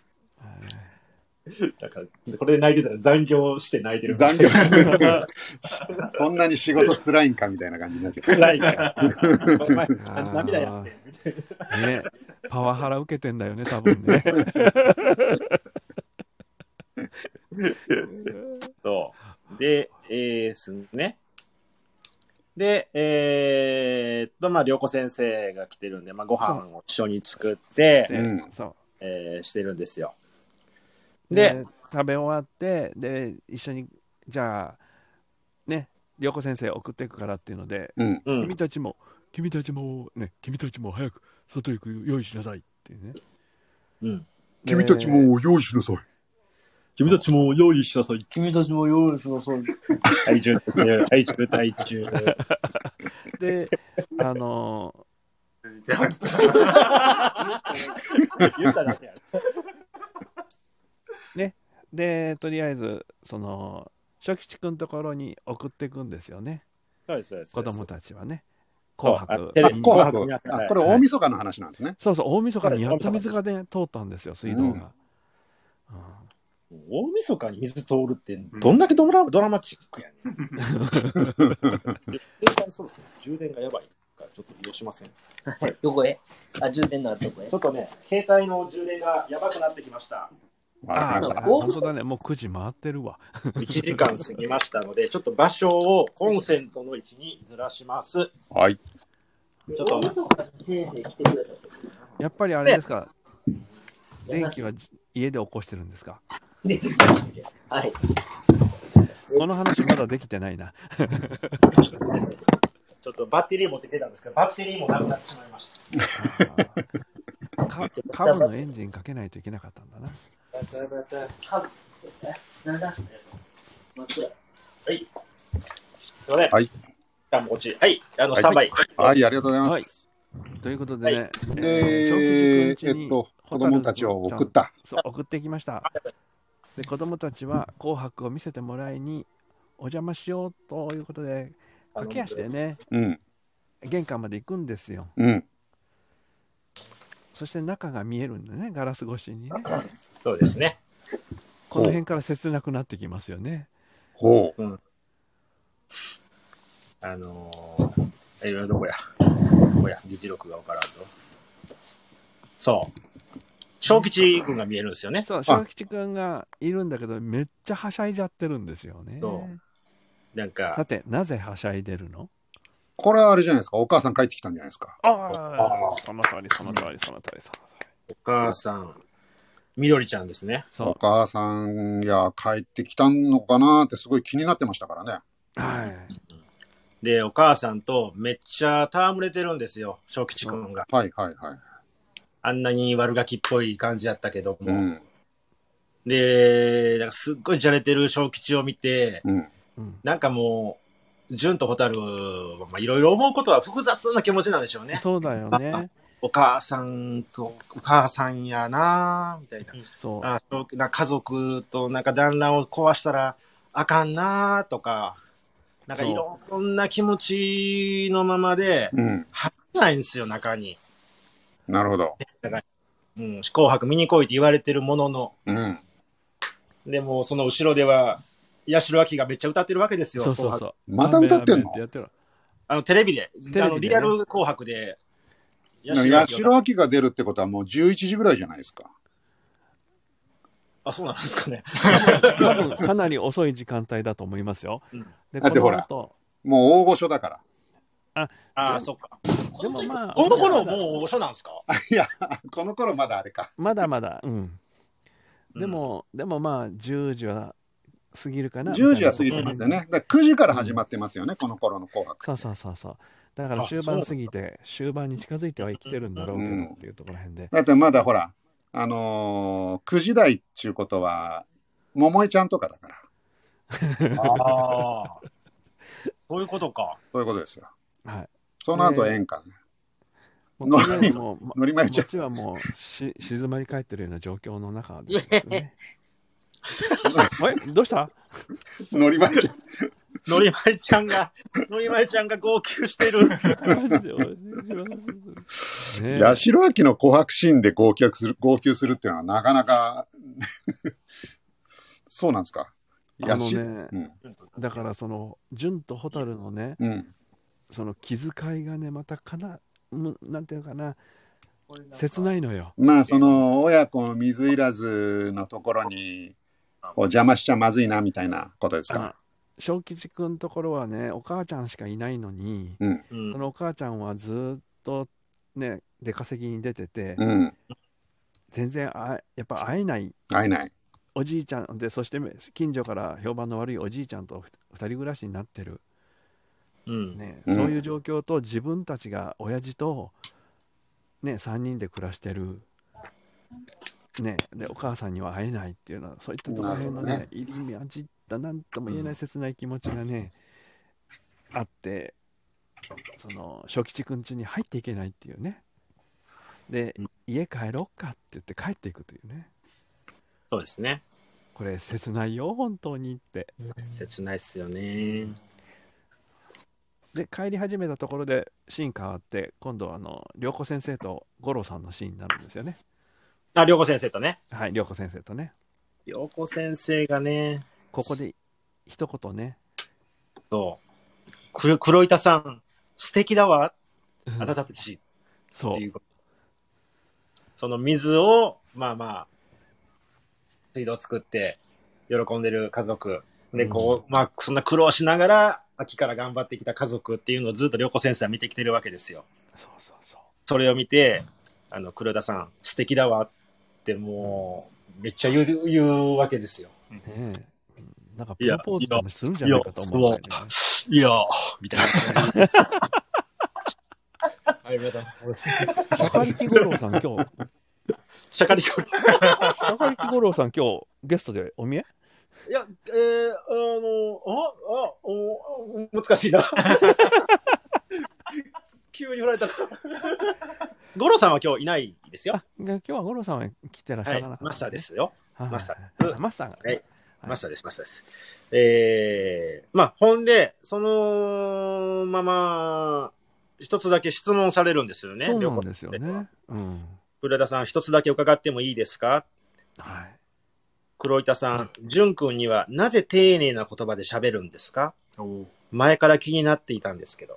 なんかこれで泣いてたら残業して泣いてる。 残業してる。こんなに仕事辛いんかみたいな感じになっちゃう。 辛いか。涙やってみたいな。ね、パワハラ受けてんだよね、多分ね。 そうで、えー、ですね。で、えー、っと、まあ、涼子先生が来てるんで、まあ、ご飯を一緒に作って、そうえー、してるんですよ。 で、で食べ終わって、で、一緒に、じゃあ、ね、涼子先生送っていくからっていうので、うん、君たちも、君たちも、ね、君たちも早く外行く用意しなさいっていうね。 うん。君たちも用意しなさい。 君たちも用意しなさい。 君たちも用意しなさい。 はい中、はい中、はい中。 で、あのー、 言っただけやる。 ね、で、とりあえず、その、初吉くんのところに送っていくんですよね。 そうです、そうです。 子供たちはね。紅白。 紅白。あ、これ大晦日の話なんですね。 そうそう、大晦日にやっと水がね、通ったんですよ、水道が。 大晦日に水通るって、どんだけドラドラマチックやねん。充電がやばいからちょっと利用しません。 どこへ？あ、充電のあるとこへ。 ちょっとね、携帯の充電がやばくなってきました。 ああ、本当だね、もうくじ回ってるわ。 いちじかん過ぎましたので、ちょっと場所をコンセントの位置にずらします。 はい。ちょっとやっぱりあれですか、電気は家で起こしてるんですか？ はい。 この話まだできてないな。 ちょっとバッテリー持ってきてたんですけど、バッテリーもなくなってしまいました。 カ, カブのエンジンかけないといけなかったんだな。 カブなんだ？ はい。すいません。 はい。 あ、もうち。はい。あの、スタンバイ。 はい、ありがとうございます。 はい、ということでね、はい、 で、えっと、子供たちを送った。 そう、送ってきました。で、子供たちは紅白を見せてもらいにお邪魔しようということで、駆け足でね、うん、玄関まで行くんですよ。うん、そして中が見えるんだね、ガラス越しにね。 そうですね。 この辺から切なくなってきますよね。 ほう。うん、 あのー、いろいろどこや。どこや、議事録が分からんと。そう。小吉くんが見えるんですよね。 そう、小吉くんがいるんだけど、めっちゃはしゃいじゃってるんですよね。 そう。なんか。 さて、なぜはしゃいでるの？ これはあれじゃないですか。お母さん帰ってきたんじゃないですか。 ああ、その通り、その通り、その通り、その通り。お母さん、みどりちゃんですね。 お母さんや帰ってきたのかなってすごい気になってましたからね。 はい。 で、お母さんとめっちゃ戯れてるんですよ、小吉くんが。 はいはいはい。 あんなに悪ガキっぽい感じやったけども。うん、で、なんかすっごいじゃれてる小吉を見て、うん、なんかもう、 純と蛍、まあ、いろいろ思うことは複雑な気持ちなんでしょうね。 そうだよね。 お母さんと、お母さんやなみたいな。 そう。 あな家族となんか団らんを壊したらあかんなとか、なんかいろんな気持ちのままで、 うん、 入らないんですよ、中に。 なるほど。 だからうん、紅白見に来いって言われてるものの。 うん。 でも、その後ろでは、八代亜紀がめっちゃ歌ってるわけですよ。 そうそうそう。 また歌ってんの？ あの、テレビで。 テレビでね、 あの、リアル紅白で。 八代亜紀が出るってことはもうじゅういちじぐらいじゃないですか。 あ、そうなんですかね。 多分かなり遅い時間帯だと思いますよ。 うん、でだってほら、もう大御所だから。 ああ、そっか。 でもまあ、 この頃もう大御所なんですか？ いや、この頃まだあれか。 まだまだ、うん。でも、うん、でもまあ、じゅうじは過ぎるかな。 じゅうじは過ぎてますよね。だからくじから始まってますよね、うん、この頃の紅白。 そうそうそうそう。だから終盤過ぎて、終盤に近づいてはいきてるんだろうけど、うん、っていうところらへんで。 だってまだほら、あのー、くじ台っていうことは、桃江ちゃんとかだから。 ああ。そういうことか。 そういうことですよ。 はい。 その後演歌ね。 のりもう、 のりまいちゃん。 こっちはもうし静まり返ってるような状況の中でですね。え、どうしたのりまいちゃん。 のりまいちゃんが、のりまいちゃんが号泣してる。 八代亜紀の紅白シーンで号泣する、号泣するっていうのはなかなか、そうなんですか。 あのね、うん、だからその、純と蛍のね、うん、その気遣いがね、またかな、なんていうかな、切ないのよ。 まあ、その、親子の水入らずのところに、お邪魔しちゃまずいな、みたいなことですか。 小吉くんのところはね、お母ちゃんしかいないのに、うん、そのお母ちゃんはずっとね、出稼ぎに出てて、うん、全然あやっぱ会えない。 会えない。 おじいちゃんで、そして近所から評判の悪いおじいちゃんと二人暮らしになってる。うんね、そういう状況と自分たちが親父と、ね、さんにんで暮らしてる、ね、でお母さんには会えないっていうのはそういったところのね、入り混じった何とも言えない切ない気持ちがね、うん、あって、その小吉くん家に入っていけないっていうね。で、うん、家帰ろっかって言って帰っていくというね。 そうですね。 これ切ないよ本当にって。 切ないっすよね。 で帰り始めたところでシーン変わって今度はあの涼子先生と五郎さんのシーンになるんですよね。 あ、涼子先生とね。 はい、涼子先生とね。 涼子先生がね、 ここで一言ね。 そうく黒板さん素敵だわ、あなたたちそうっていうこと。その水をまあまあ水道作って喜んでる家族でこう、うん、まあそんな苦労しながら秋から頑張ってきた家族っていうのをずっと涼子先生は見てきてるわけですよ。 そうそうそう。 それを見て、あの黒田さん素敵だわってもうめっちゃ言う、言うわけですよ。 ねえ、なんかプロポーズでもするんじゃないかと思うんだけどね。 いや、いやみたいな。はい、皆さん。 シャカリキ五郎さん今日。 シャカリキ五郎。 シャカリキ五郎さん今日ゲストでお見え？ いや、えー、あの、あ、あ、お、難しいな。急に振られた。五郎さんは今日いないですよ。 今日は五郎さんは来てらっしゃらなかった、ね、 はい、マスターですよ。 はい、 マスター。 マスターが、ね。 はい。マスターです、マスターです。えー、まあ、ほんで、そのまま、一つだけ質問されるんですよね。 そうなんですよね。うん。 古田さん、一つだけ伺ってもいいですか？ はい。 黒板さん、淳君にはなぜ丁寧な言葉で喋るんですか？前から気になっていたんですけど。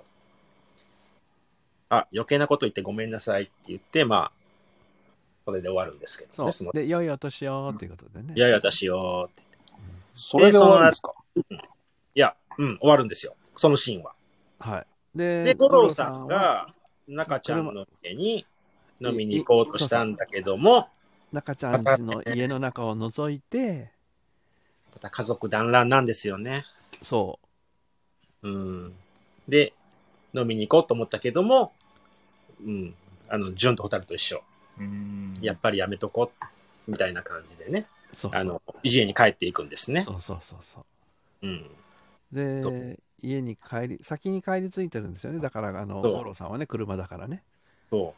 あ、余計なこと言ってごめんなさいって言って、まあ、それで終わるんですけどね。 そう。で、良いお年をっていうことでね。 良いお年をって言って。 それで終わるんですか？ いや、うん、終わるんですよ。そのシーンは。 はい。 で、で五郎さんが中ちゃんの家に飲みに行こうとしたんだけども、 中ちゃん家の家の中を覗いて、 また家族団らんなんですよね。 そう。 うん。で、飲みに行こうと思ったけども、うん。あの、純と蛍と一緒。うんやっぱりやめとこう、みたいな感じでね。 そうそうあの、家に帰っていくんですね。 そうそうそうそう。 うん。 で、家に帰り、先に帰り着いてるんですよね。だから、あの、五郎さんはね、車だからね。 そう。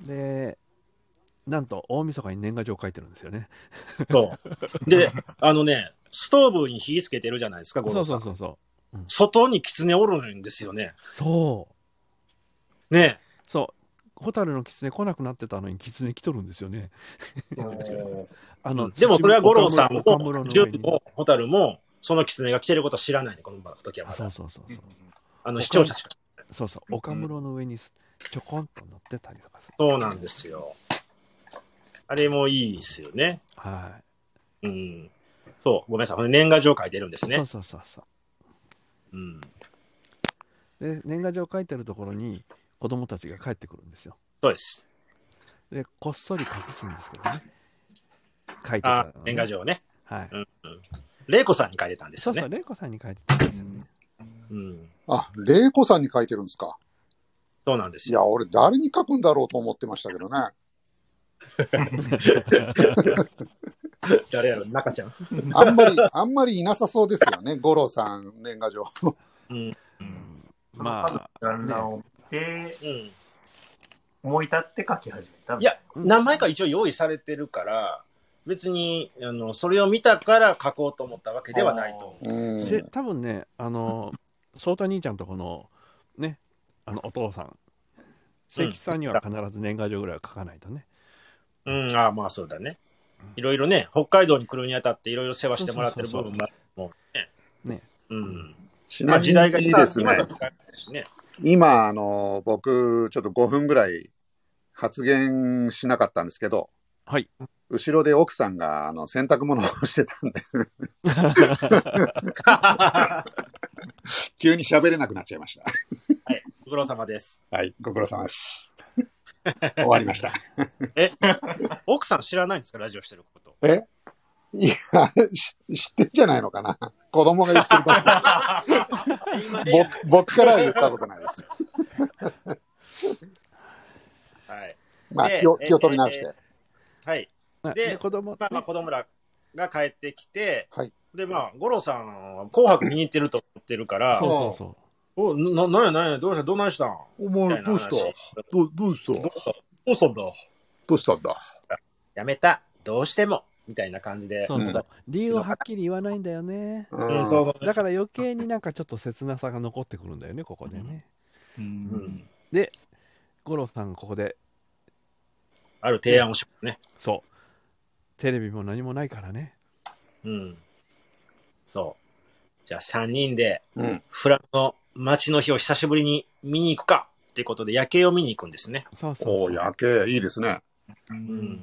で、なんと、大晦日に年賀状書いてるんですよね。 そう。で、あのね、ストーブに火つけてるじゃないですか、五郎さん。 そうそうそうそう。うん、 外に狐おるんですよね。 そう。 ね。 そう。ホタルの狐来なくなってたのに狐来とるんですよね。 あのでもそれは五郎さんも、純も、ホタルも、その狐が来てることは知らないね、この時はまだ。 そうそうそうそう。 あの視聴者しか。 そうそう。岡室の上にちょこんと乗ってたりとかする。 そうなんですよ。あれもいいですよね。 はい。 うん。そう、ごめんなさい。年賀状書いてるんですね。 そうそうそうそう。うん。で、年賀状書いてるところに子供たちが帰ってくるんですよ。 そうです。 で、こっそり隠すんですけどね。書いてた、ね。あ、 年賀状ね。 はい。うんうん。 玲子さんに書いてたんですよね。 そうそう、玲子さんに書いてたんですよね。 うん。あ、玲子さんに書いてるんですか。 そうなんですよ。 いや、俺誰に書くんだろうと思ってましたけどね。 誰やろ、中ちゃん。 あんまり、あんまりいなさそうですよね、五郎さん年賀状。うん。 うん、まあ、旦那を見て、ね、うん、思い立って書き始めた。 いや、何枚か一応用意されてるから、別に、あの、それを見たから書こうと思ったわけではないと思う。多分ね、あの、そうた兄ちゃんとこの、ね、あの、お父さん、関さんには必ず年賀状ぐらいは書かないとね。 うん、うん、ああ、まあそうだね。いろいろね、北海道に来るにあたっていろいろ世話してもらってる部分もね。ね。うん。 ちなみにいいですね。今、あの、僕、ちょっとごふんぐらい発言しなかったんですけど、 はい。 後ろで奥さんがあの洗濯物をしてたんで急に喋れなくなっちゃいました。 はい、ご苦労様です。 はい、ご苦労様です。終わりました。 え、奥さん知らないんですか、ラジオしてること。 え、いや、知ってんじゃないのかな。子供が言ってると僕、僕からは言ったことないです。 はい。 まあ気を、気を取り直して。 はい。で、子供、まあまあ子供らが帰ってきて、はい、で、まあ、五郎さんは紅白見に行ってると思ってるから、 そうそうそう。 お、な、なんやなんや、どうした、どうなんしたんお前、どうしたど、どうしたどうしたんだどうしたんだやめた。どうしても。みたいな感じで。 そうそう。うん、理由をはっきり言わないんだよね。うん、そうそう。だから余計になんかちょっと切なさが残ってくるんだよね、ここでね。うん。うん、で、五郎さん、ここで。 ある提案をしますね。 そう。テレビも何もないからね。 うん。そう。じゃあさんにんで、うん、フランの街の日を久しぶりに見に行くかっていうことで夜景を見に行くんですね。 そうそうそう。 お夜景いいですね。 うん。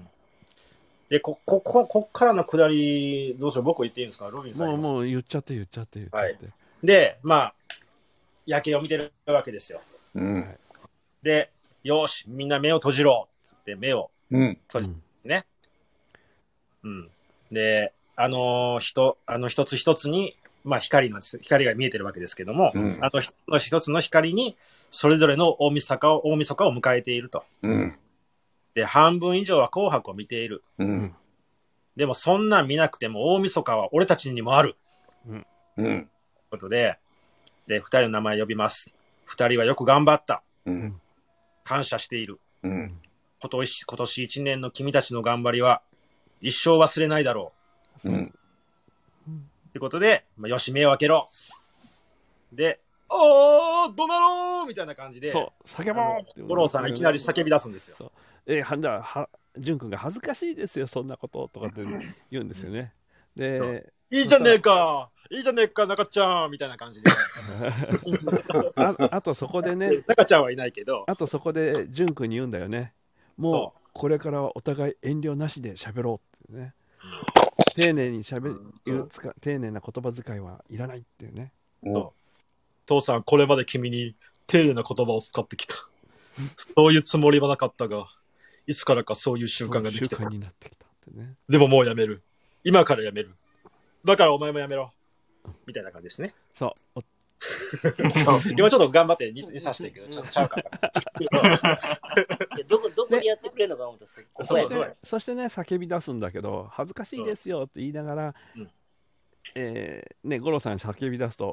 で、こ、こ、こ、こっからの下り、どうしよう、僕言っていいんですか、ロビンさん。 もう、もう言っちゃって言っちゃって言っちゃって。はい、 で、まあ、夜景を見てるわけですよ。 うん。 で、よし、みんな目を閉じろって目を閉じてね。うん。うん、で、あのー、人、あの一つ一つに、まあ光の、光が見えてるわけですけども、うん、あの一つ一つの光に、それぞれの大晦日を、大晦日を迎えていると。 うん。 で、半分以上は紅白を見ている。 うん。 でもそんなん見なくても大晦日は俺たちにもある。 うん。うん。ということで、で、二人の名前呼びます。二人はよく頑張った。 うん。 感謝している。 うん。 今年、今年一年の君たちの頑張りは一生忘れないだろう。うん。 ってことで、まあ、よし、目を開けろ。で、おー、どなろうみたいな感じで、 そう、叫ぼうって。 五郎さんがいきなり叫び出すんですよ。 そうえー、はんだ、は、淳君が恥ずかしいですよ、そんなこととかって言うんですよね。で、 いいじゃねえか、いいじゃねえか、中ちゃんみたいな感じで。 あ, あとそこでね、 中ちゃんはいないけど、 あとそこで淳君に言うんだよね。もう、これからはお互い遠慮なしで喋ろうってね。丁寧に喋る、丁寧な言葉遣いはいらないっていうね。 父さん、これまで君に丁寧な言葉を使ってきた。そういうつもりはなかったが、いつからかそういう習慣ができた。 習慣になってきたってね。 でももうやめる。今からやめる。だからお前もやめろ。みたいな感じですね。 そう。 今ちょっと頑張って似させてるけど、ちょっとちゃうから。 どこ、どこでやってくれるのか思ったら、ここやね。そしてね、叫び出すんだけど、恥ずかしいですよって言いながら、うん、えー、ね、五郎さんに叫び出すと、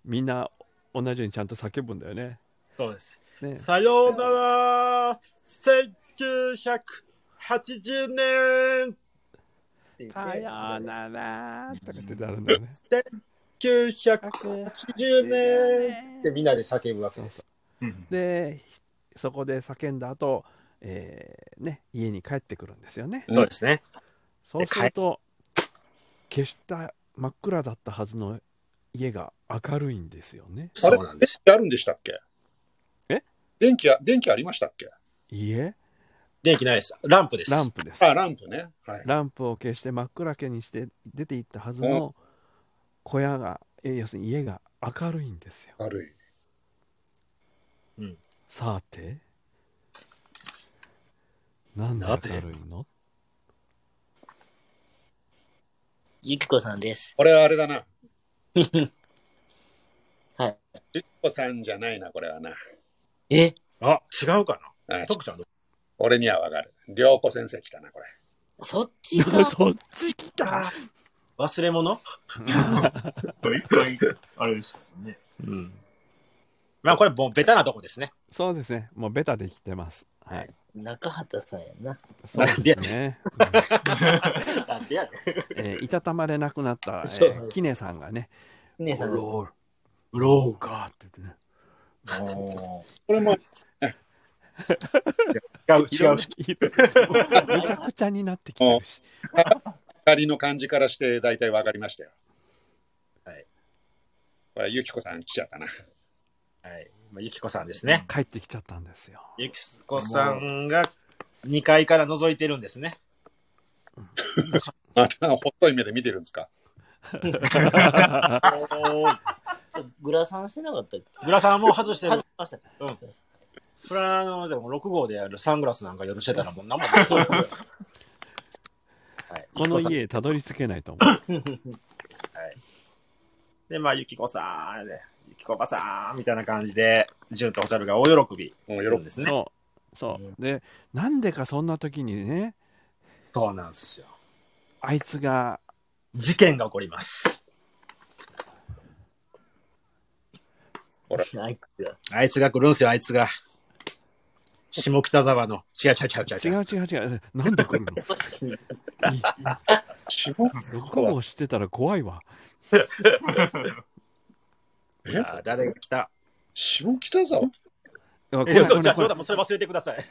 みんな同じようにちゃんと叫ぶんだよね。 そうです。 ね、 さようなら、せんきゅうひゃくはちじゅうねん。 さようならとかってなるんだよね。 せんきゅうひゃくはちじゅうねんってみんなで叫ぶわけです。 そうそうで、そこで叫んだ後、えーね、家に帰ってくるんですよね。 そうですね。 そうすると、消した真っ暗だったはずの家が明るいんですよね。 あれ、電気あるんでしたっけ？ え？ 電気あ、電気ありましたっけ？ いいえ。 電気ないです。ランプです。 ランプです。 あ、ランプね。はい。 ランプを消して真っ暗けにして出ていったはずの小屋が、え要するに家が明るいんですよ。 明るい。 うん。 さて、なんで明るいの？ ゆきこさんです。 これはあれだな。 はい。 ゆきこさんじゃないな、これはな。 え？あ、違うかな。徳ちゃんどう？ 俺にはわかる。涼子先生来たな、これ。 そっちか。 そっち来た。 忘れ物？ 一回、あれですかね。 うん。まあこれもうベタなとこですね。 そうですね。もうベタで来てます。はい。 中畑さんやな。 そうですね。 なんでやねん。 えー、いたたまれなくなった、えー、キネさんがね。 キネさん。 ロー。ローかって言ってね。これも。 違う違う。 めちゃくちゃになってきてるし。 光の感じからして大体わかりましたよ。 はい。 これゆきこさん来ちゃったな。 はい。まあ、ゆきこさんですね。 帰ってきちゃったんですよ。 ゆきこさんがにかいから覗いてるんですね。 また細い目で見てるんですか？ グラサンしてなかったっけ？ グラサンも外してる。 外しました。 うん。これはあの、でもろく号であるサングラスなんか夜してたらもう何もない。はい、 この家へたどり着けないと思う。はい。 で、まあ、ゆきこさんで、ゆきこばさんみたいな感じで、純と蛍が大喜びするんですね。 そう。そう。で、なんでかそんな時にね。 そうなんですよ。 あいつが。 事件が起こります。 あいつが。 あいつが来るんすよ、あいつが。下北沢の。違う違う違う違う。違う違う違う。なんで来るの？録音してたら怖いわ。 じゃあ、誰が来た？ 下北沢？ え、じゃあ、冗談もそれ忘れてください。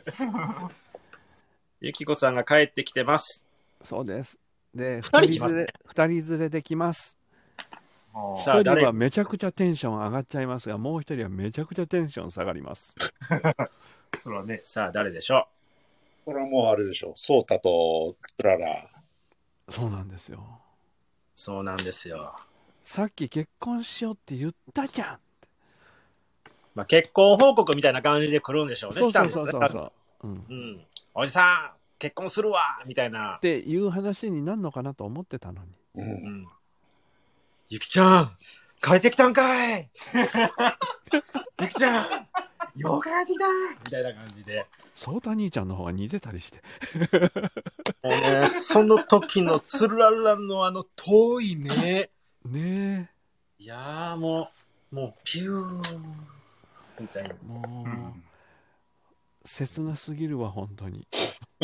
ゆきこさんが帰ってきてます。 そうです。で、 二人来ますね。 二人連れで来ます。一人はめちゃくちゃテンション上がっちゃいますが、もう一人はめちゃくちゃテンション下がります。 それはね、さあ誰でしょう？それはもうあれでしょう。ソータとクララ。 そうなんですよ。 そうなんですよ。 さっき結婚しようって言ったじゃん。 まあ結婚報告みたいな感じで来るんでしょうね。 そうそうそうそうそう。 うん。うん。おじさん、結婚するわみたいな。 っていう話になるのかなと思ってたのに。 うん。うん、ゆきちゃん、帰ってきたんかいゆきちゃん、よう帰ってきたみたいな感じで。 そうた兄ちゃんの方が似てたりして。 ね、その時のつららのあの遠い目。 ねえ。 いやーもう、もうピューみたいな。 もう、うん、切なすぎるわ、本当に。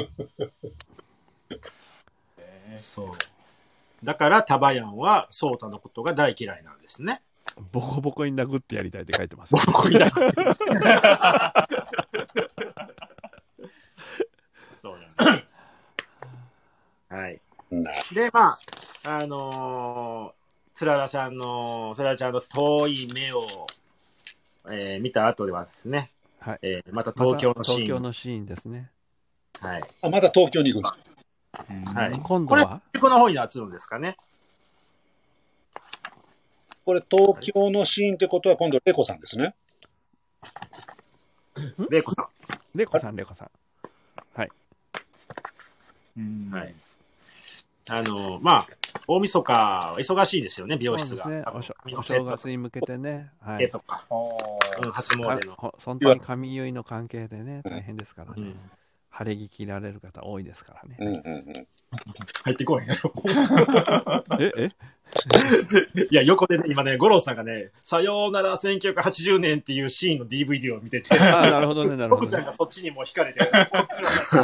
そう。だから、タバヤンは、ソータのことが大嫌いなんですね。 ボコボコに殴ってやりたいって書いてます、 ね。ボコボコに殴って。そうなんです。はい。で、まあ、あのー、つららさんの、つららちゃんの遠い目を、えー、見た後ではですね、 はい。 えー、また東京のシーン。 東京のシーンですね。 はい。 あ、また東京に行くんですか。はい。 今度はこれ、この方に集るんですかね。 これ、東京のシーンってことは、今度、レコさんですね。 レコさん。 レコさん、レコさん。はい。 はい。あの、まあ、大晦日は忙しいですよね、美容室が。 そうですね、お, お正月に向けてね。 はい。とか、うん、初詣の。 本当に髪結いの関係でね、大変ですからね。うん、晴れ着着られる方多いですからね。 うんうんうん、 入ってこいやろ。 え、えいや、横でね、今ね、五郎さんがね、さようならせんきゅうひゃくはちじゅうねんっていうシーンの ディーブイディー を見てて、 ああ、なるほどね、なるほど、ね。 僕ちゃんがそっちにも惹かれて、こっちの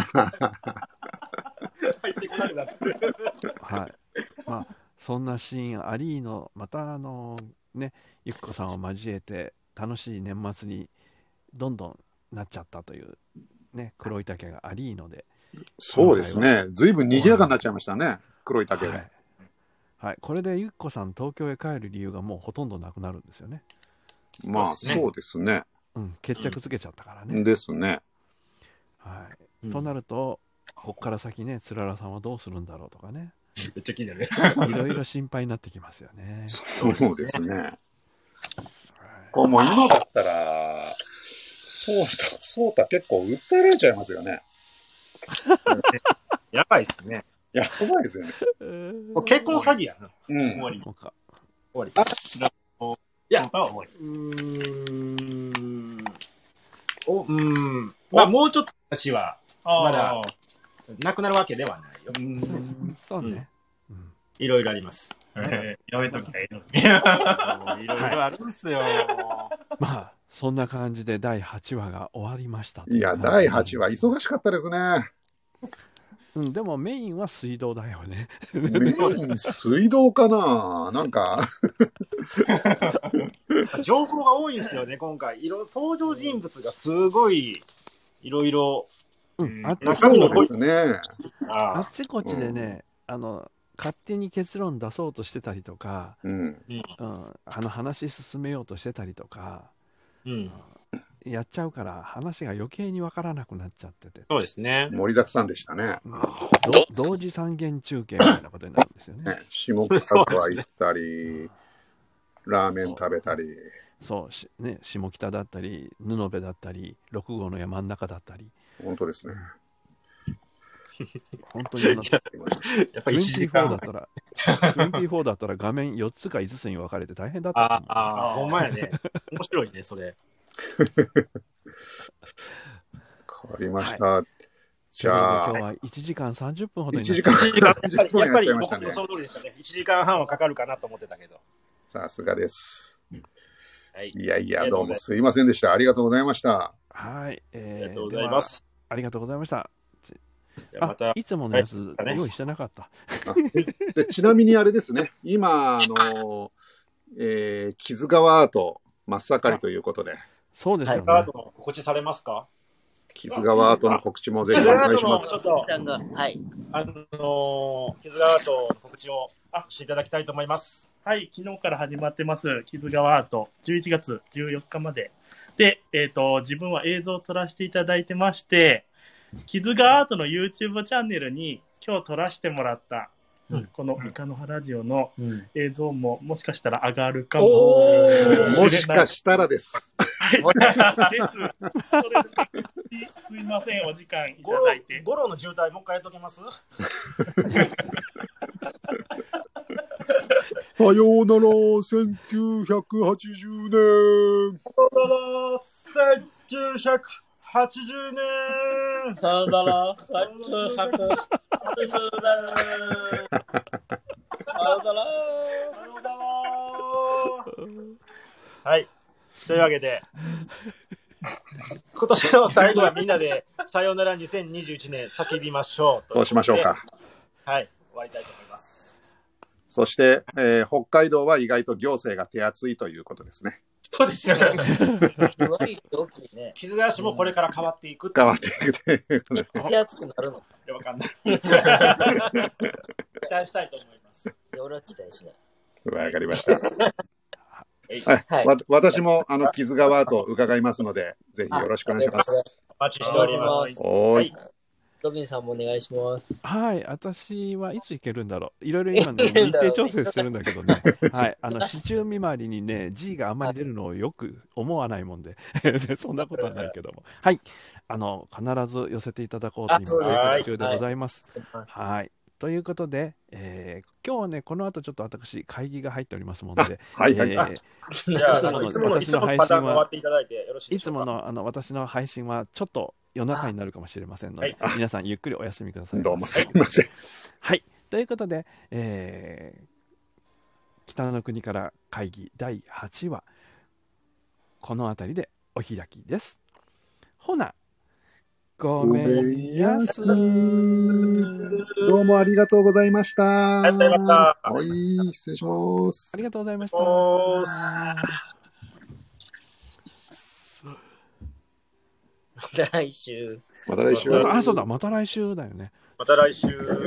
入ってこなくなって。 はい。まあ、そんなシーンありの、またあの、ね、ゆっこさんを交えて、楽しい年末にどんどんなっちゃったという、ね、黒い竹がありので。 そうですね。ずいぶん賑やかになっちゃいましたね。黒い竹が。はいはい、これでゆっこさん東京へ帰る理由がもうほとんどなくなるんですよね。 まあそうですね。 うん、決着つけちゃったからね。 うん、ですね。 はい。うん、となるとこっから先ね、つららさんはどうするんだろうとかね。 めっちゃ気になる。 いろいろ心配になってきますよね。 そうですね。はい、こうもう今だったらそうだそうだ結構訴えられちゃいますよね。 やばいっすね。 やばいですよね。 結婚詐欺やな。 うん。 終わり。終わり。 あ、 いや、終わり。うーん。お、うん。まあ、もうちょっと話は、まだ、なくなるわけではないよ。うん。 そうね。 いろいろあります。 やめときゃいいのに。いろいろあるんですよ。 まあ、そんな感じでだいはちわが終わりました。 いや、だいはちわ忙しかったですね。 うん、でもメインは水道だよね。 メイン水道かな、なんか情報が多いんですよね、今回。いろ登場人物がすごいいろいろ。 うん、 あっちそうですね。 あっちこっちでね、うん、あの勝手に結論出そうとしてたりとか、 うんうん、あの話進めようとしてたりとか。 うん、 やっちゃうから話が余計に分からなくなっちゃってて。 そうですね。 盛りだくさんでしたね。 うん、同時三元中継みたいなことになるんですよね。ね、 下北沢行ったり、ね、ラーメン食べたり。 そうし、ね、下北だったり、布部だったり、六号の山の中だったり。 本当ですね。 本当にやっぱりにじゅうよんだったら、にじゅうよんだったら画面よっつかいつつに分かれて大変だったと思う。 ああ、ほんまやね。面白いね、それ。 変わりました。はい、 じゃあ今日はいちじかんさんじゅっぷんほどになっちゃいました。いちじかんさんじゅっぷんやっぱり僕のその通りでしたね。いちじかんはんはかかるかなと思ってたけど。 さすがです。 はい、 いやいや、どうもすいませんでした。ありがとうございました。 はい、えー、 ありがとうございます。 ありがとうございました。 またいつものやつ、はい、用意してなかった。 でちなみにあれですね、今、あの、えー、木津川アート真っ盛りということで。 そうですよね。 アートの告知されますか？ 木津川アートの告知もぜひお願いします。 はい。 あのー、木津川アートの告知をしていただきたいと思います。 はい、昨日から始まってます、木津川アート、じゅういちがつじゅうよっかまで。で、えっと、自分は映像を撮らせていただいてまして、木津川アートの YouTube チャンネルに今日撮らせてもらった、うん、このイカの葉ラジオの映像ももしかしたら上がるかももしかしたらです。 はい、です。それすいません、お時間いただいて。 ゴロの渋滞もう一回やっときます？ さようならせんきゅうひゃくはちじゅうねん。 さようならせんきゅうひゃくはちじゅうねん。 さよならせんきゅうひゃくはちじゅうねん。さよなら。 さよなら。はい。というわけで、今年の最後はみんなでさよならにせんにじゅういちねん叫びましょう。 どうしましょうか。 はい。終わりたいと思います。 そして、えー、北海道は意外と行政が手厚いということですね。 そうですよね。木津川市もこれから変わっていく。 変わっていく。 手厚くなるの？ いや、わかんない。期待したいと思います。 俺は期待しない。 わかりました。はい、はい、私もあの木津川アート伺いますので、ぜひよろしくお願いします。 お待ちしております。 おーい。 ロビンさんもお願いします。 はい、私はいつ行けるんだろう。いろいろ今ね、日程調整してるんだけどね。はい、あの、市中見回りにね、G があんまり出るのをよく思わないもんで、そんなことはないけども。はい、あの、必ず寄せていただこうと今、計画中でございます。はい。はい、ということで、えー、今日はね、この後ちょっと私、会議が入っておりますもので、 はいはい。えー、いつもの私の配信は、いつものあの私の配信はちょっと夜中になるかもしれませんので、はい、皆さんゆっくりお休みください。 どうもすいません。 はい、ということで、えー、 北の国から会議だいはちわ、この辺りでお開きです。ほな、ごめんやす。 どうもありがとうございました。 ありがとうございました。 はい、失礼します。 ありがとうございました。 また来週。 また来週。 あ、そうだ、また来週だよね。 また来週。